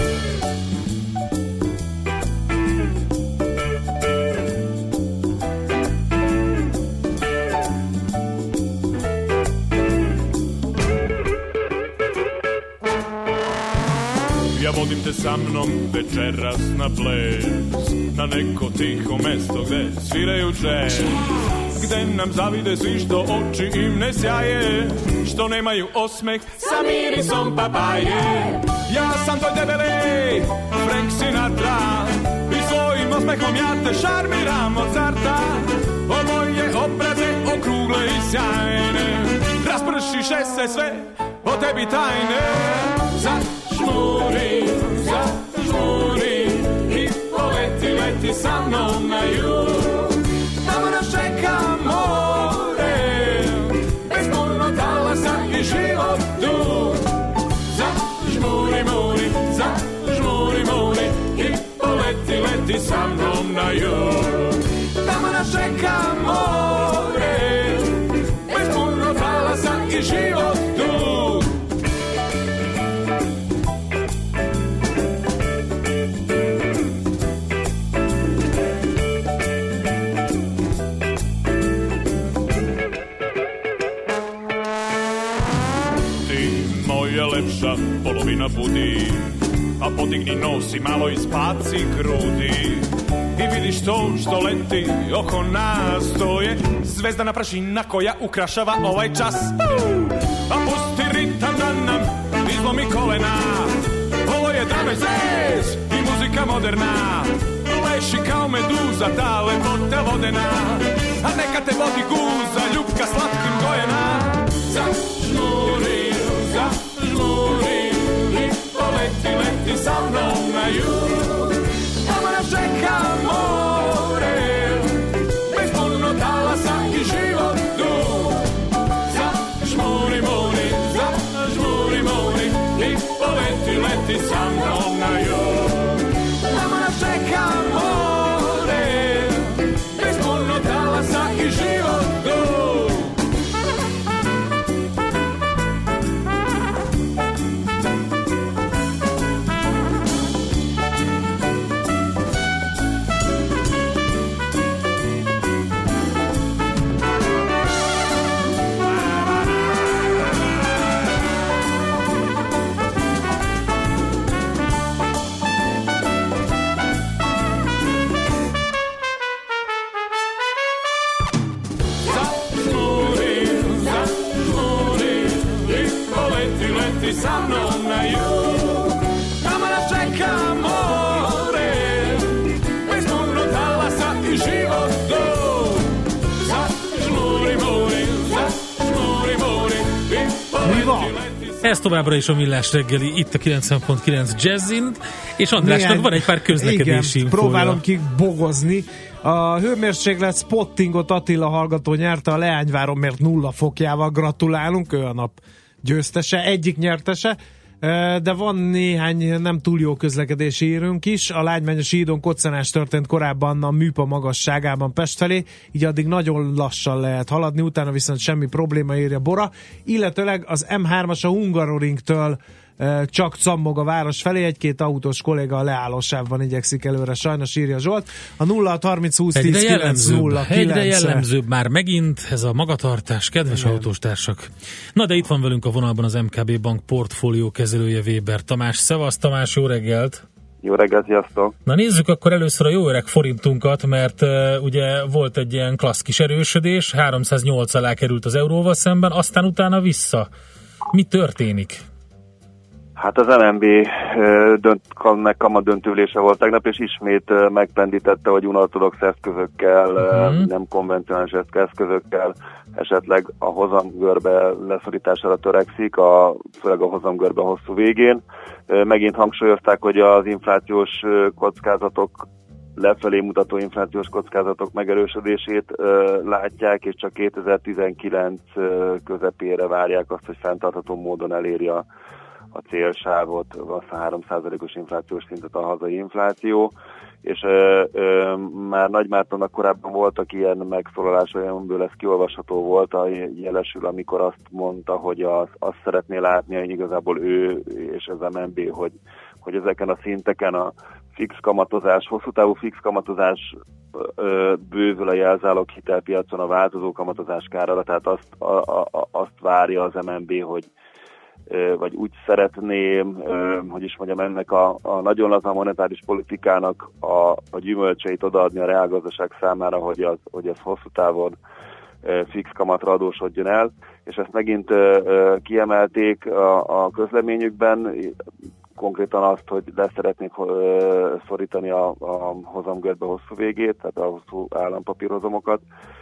Ja vodim te sa mnom večeras na ples, na neko tiho mesto gde sviraju džez, gde nam zavide svi što oči im ne sjaje, što nemaju osmeh sa mirisom papaje. Ja sam tvoj debeli Frank Sinatra i svojim osmehom ja te šarmiram od starta. O moje obraze okrugle i sjajne, raspršiše se sve o tebi tajne. Zažmuri, zažmuri i poleti, leti sa mnom na jug. Tamo nas čeka more, bez puno talasa i život dug. Zažmuri, muri, zažmuri, muri i poleti, leti sa mnom na jug. Tamo nas čeka more, bez puno talasa i život dug. Lepša polovina budi, a podigni nos i malo ispaci grudi. I vidiš to što leti oko nas, to je zvezdana prašina koja ukrašava ovaj čas. A pusti ritam da nam izlomi kolena, ovo je drum and bass i muzika moderna. Leši kao meduza, ta lepota vodena, a neka te vodi guza, ljubka slatkim gojena. Zažmuri, zažmuri i poleti, leti sa mnom na jug. Tamo nas čeka more, bez puno talasa i život dug. Zažmuri, muri, zažmuri, muri i poleti, leti sa mnom na jug. Tamo nas čeka more, bez puno talasa i život dug. Sa mnom na jug, tamo nas čeka more, bez puno talasa i život dug. Zažmuri, muri, zažmuri, muri i poleti, leti. Ez továbbra is a Millás reggeli, itt a kilencven pont kilenc Jazzin, és Andrásnak Néhány, van egy pár közlekedési igen, infója. próbálom kibogozni. A hőmérséklet spottingot Attila hallgató nyerte a Leányváromért nulla fokjával, gratulálunk, ő a nap győztese, egyik nyertese, de van néhány nem túl jó közlekedési hírünk is. A Lágymányosi hídon koccanás történt korábban a műpa magasságában Pest felé, így addig nagyon lassan lehet haladni, utána viszont semmi probléma, írja Bora, illetőleg az em hármas a Hungaroringtől csak cammog a város felé, egy-két autós kolléga a leállósávban igyekszik előre, sajnos írja Zsolt. A nulla harminc húsz tíz kilenc nulla kilenc. Egyre jellemzőbb már megint ez a magatartás, kedves igen. autóstársak. Na de itt van velünk a vonalban az em ká bé Bank portfólió kezelője, Weber Tamás. Szevasz Tamás, jó reggelt! Jó reggelt, sziasztok! Na nézzük akkor először a jó öreg forintunkat, mert uh, ugye volt egy ilyen klassz kis erősödés, háromszáznyolc alá került az euróval szemben, aztán utána vissza. Mi történik? Hát az em en bé dönt, kamat döntőülése volt tegnap, és ismét megpendítette, hogy unortodox eszközökkel, uh-huh. nem konvencionális eszközökkel esetleg a hozamgörbe leszorítására törekszik, a, főleg a hozamgörbe hosszú végén. Megint hangsúlyozták, hogy az inflációs kockázatok, lefelé mutató inflációs kockázatok megerősödését látják, és csak kétezer-tizenkilenc közepére várják azt, hogy fenntartható módon eléri a a célsávot, azt a három százalékos inflációs szintet a hazai infláció, és ö, ö, már Nagy Mártonnak korábban voltak ilyen megszólalásai, amiből ez kiolvasható volt, a jelesül, amikor azt mondta, hogy az, azt szeretné látni, hogy igazából ő és az em en bé, hogy, hogy ezeken a szinteken a fix kamatozás, hosszú távú fix kamatozás ö, bővül a jelzálog hitelpiacon a változó kamatozás kárára, tehát azt, a, a, azt várja az em en bé, hogy vagy úgy szeretném, hogy is mondjam, ennek a, a nagyon laza monetáris politikának a, a gyümölcseit odaadni a reálgazdaság számára, hogy az, hogy ez hosszú távon fix kamatra adósodjon el, és ezt megint kiemelték a, a közleményükben, konkrétan azt, hogy le szeretnék szorítani a, a hozamgörbe hosszú végét, tehát a hosszú állampapírhozamokat,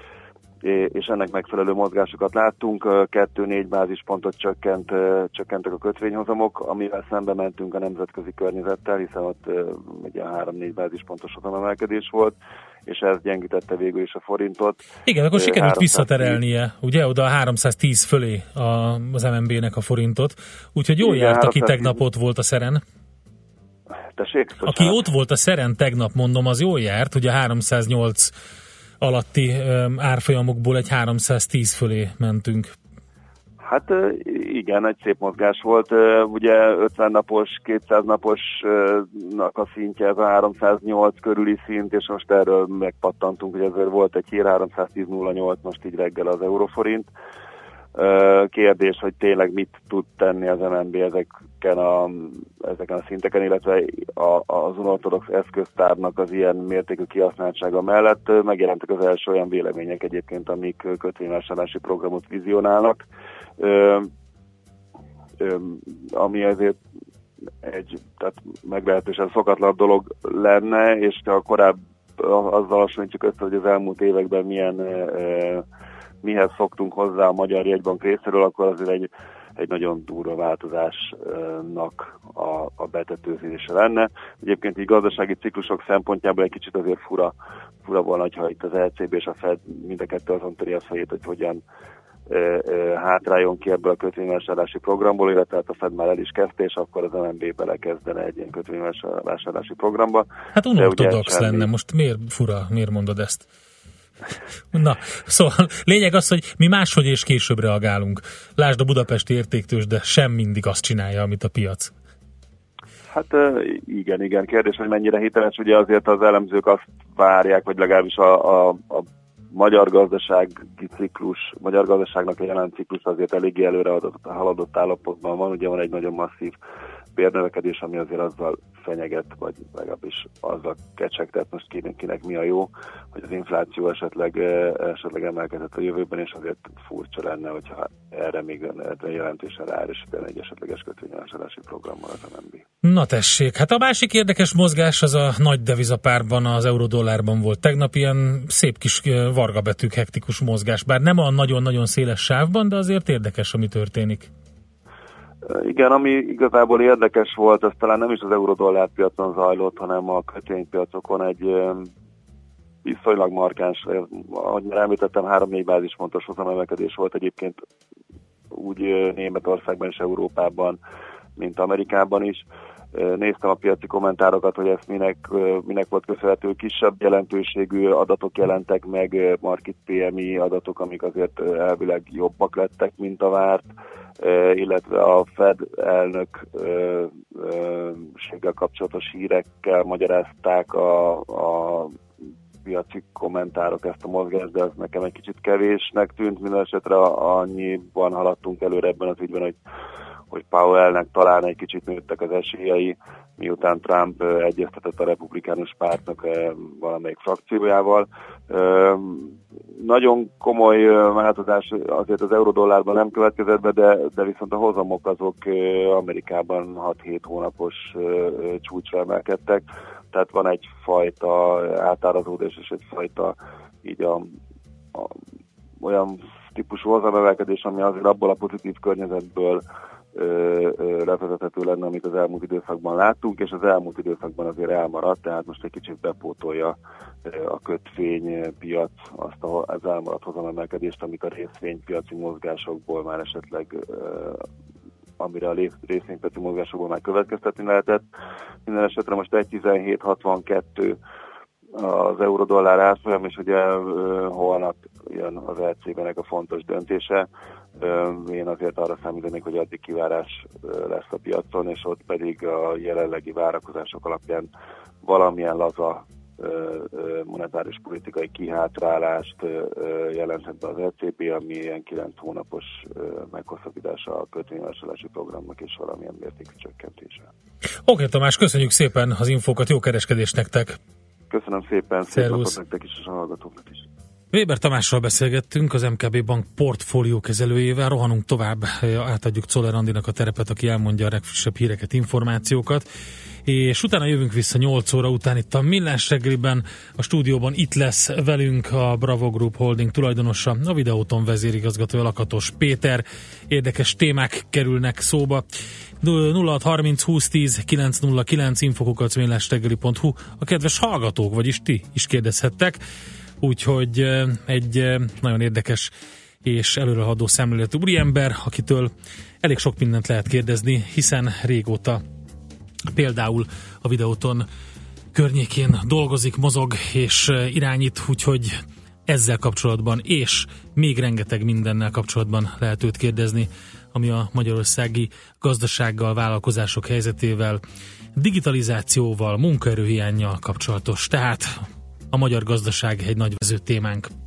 és ennek megfelelő mozgásokat láttunk, kettő-négy bázispontot csökkent, csökkentek a kötvényhozamok, amivel szembe mentünk a nemzetközi környezettel, hiszen ott ugye három-négy bázispontos hozamemelkedés volt, és ez gyengítette végül is a forintot. Igen, akkor sikerült visszaterelnie, ugye, oda a háromszáztíz fölé az em en bé-nek a forintot, úgyhogy jól igen, járt, aki tegnap ott volt a szeren. Tessék? Aki ott volt a szeren tegnap, mondom, az jól járt, hogy a háromszáznyolc alatti árfolyamokból egy háromszáztíz fölé mentünk. Hát igen, egy szép mozgás volt. Ugye ötven napos, kétszáz naposnak a szintje, ez a háromszáznyolc körüli szint, és most erről megpattantunk, hogy ezért volt egy hír, háromszáztíz nulla nyolc most így reggel az euróforint. Kérdés, hogy tényleg mit tud tenni az em en bé ezeken a, ezeken a szinteken, illetve a, az unortodox eszköztárnak az ilyen mértékű kihasználtsága mellett megjelentek az első olyan vélemények egyébként, amik kötvényvásárlási programot vizionálnak, ö, ö, ami ezért egy tehát meglehetősen szokatlan dolog lenne, és ha korábban azzal hasonlítjuk össze, hogy az elmúlt években milyen ö, mihez szoktunk hozzá a Magyar Jegybank részéről, akkor azért egy, egy nagyon durva változásnak a, a betetőzése lenne. Egyébként így gazdasági ciklusok szempontjából egy kicsit azért fura, fura volna, ha itt az é cé bé és a Fed mind a kettő azon töri a fejét, hogy hogyan e, e, hátráljon ki ebből a kötvényvásárlási programból, illetve hát a Fed már el is kezdte, és akkor az em en bé belekezdene egy ilyen kötvényvásárlási programba. Hát unortodox lenne, most miért fura, miért mondod ezt? Na, szóval lényeg az, hogy mi máshogy és később reagálunk. Lásd a budapesti értéktőzsde, de sem mindig azt csinálja, amit a piac. Hát igen, igen. Kérdés, hogy mennyire hiteles. Ugye azért az elemzők azt várják, vagy legalábbis a, a, a magyar gazdasági ciklus, magyar gazdaságnak a jelen ciklus azért eléggé előre adott, haladott állapotban van. Ugye van egy nagyon masszív bérnövekedés, ami azért azzal fenyeget, vagy legalábbis azzal kecsegtet, most kinek, kinek mi a jó, hogy az infláció esetleg, esetleg emelkedett a jövőben, és azért furcsa lenne, hogyha erre még jelentősen ráerősítene egy esetleges kötvényvásárlási programmal az em en bé. Na tessék, hát a másik érdekes mozgás az a nagy devizapárban, az euró-dollárban volt tegnap, ilyen szép kis vargabetűk hektikus mozgás, bár nem a nagyon-nagyon széles sávban, de azért érdekes, ami történik. Igen, ami igazából érdekes volt, az talán nem is az euró-dollár piacon zajlott, hanem a kötvénypiacokon egy viszonylag markáns, ahogy már említettem, három-négy bázispontos hozamemelkedés volt egyébként úgy Németországban és Európában, mint Amerikában is. Néztem a piaci kommentárokat, hogy ezt minek, minek volt köszönhető, kisebb jelentőségű adatok jelentek meg, market pé em i adatok, amik azért elvileg jobbak lettek, mint a várt, illetve a Fed elnökséggel kapcsolatos hírekkel magyarázták a, a piaci kommentárok ezt a mozgást, de ez nekem egy kicsit kevésnek tűnt, minden esetre annyiban haladtunk előre ebben az ügyben, hogy hogy Powellnek talán egy kicsit nőttek az esélyei, miután Trump egyeztetett a republikánus pártnak valamelyik frakciójával. Nagyon komoly változás azért az eurodollárban nem következett be, de, de viszont a hozamok azok Amerikában hat-hét hónapos csúcsra emelkedtek, tehát van egyfajta átárazódás és egyfajta így a, a, olyan típusú hozamemelkedés, ami azért abból a pozitív környezetből levezethető lenne, amit az elmúlt időszakban láttunk, és az elmúlt időszakban azért elmaradt, tehát most egy kicsit bepótolja a kötvénypiac azt az elmaradt hozamemelkedést, amit a részvénypiaci mozgásokból már esetleg amire a részvénypiaci mozgásokból már következtetni lehetett. Minden esetre most egy tizenhét hatvankettő az euró-dollár árfolyam, és ugye holnap jön az é cé bé-nek a fontos döntése. Én azért arra számítanék, hogy addig kivárás lesz a piacon, és ott pedig a jelenlegi várakozások alapján valamilyen laza monetáris politikai kihátrálást jelenthet be az é cé bé, ami ilyen kilenc hónapos meghosszabbítása a kötvényvásárlási programnak és valamilyen mértékű csökkentése. Oké, Tamás, köszönjük szépen az infókat, jó kereskedést nektek! Köszönöm szépen, szép napot nektek is, és a hallgatóknak is. Weber Tamással beszélgettünk, az em ká bé Bank portfólió kezelőjével, rohanunk tovább, átadjuk Czoller Andinak a terepet, aki elmondja a legfrissebb híreket, információkat, és utána jövünk vissza nyolc óra után itt a Millás reggeliben, a stúdióban itt lesz velünk a Bravo Group Holding tulajdonosa, a Videóton vezérigazgatója Lakatos Péter, érdekes témák kerülnek szóba. nulla hat harminc húsz tíz kilenc nulla kilenc infokukat millásreggeli pont hu. A kedves hallgatók, vagyis ti is kérdezhettek, úgyhogy egy nagyon érdekes és előrehaladó szemléletű úriember, akitől elég sok mindent lehet kérdezni, hiszen régóta például a Videóton környékén dolgozik, mozog és irányít, úgyhogy ezzel kapcsolatban és még rengeteg mindennel kapcsolatban lehet őt kérdezni, ami a magyarországi gazdasággal, vállalkozások helyzetével, digitalizációval, munkaerőhiánnyal kapcsolatos. Tehát a magyar gazdaság egy nagy vezető témánk.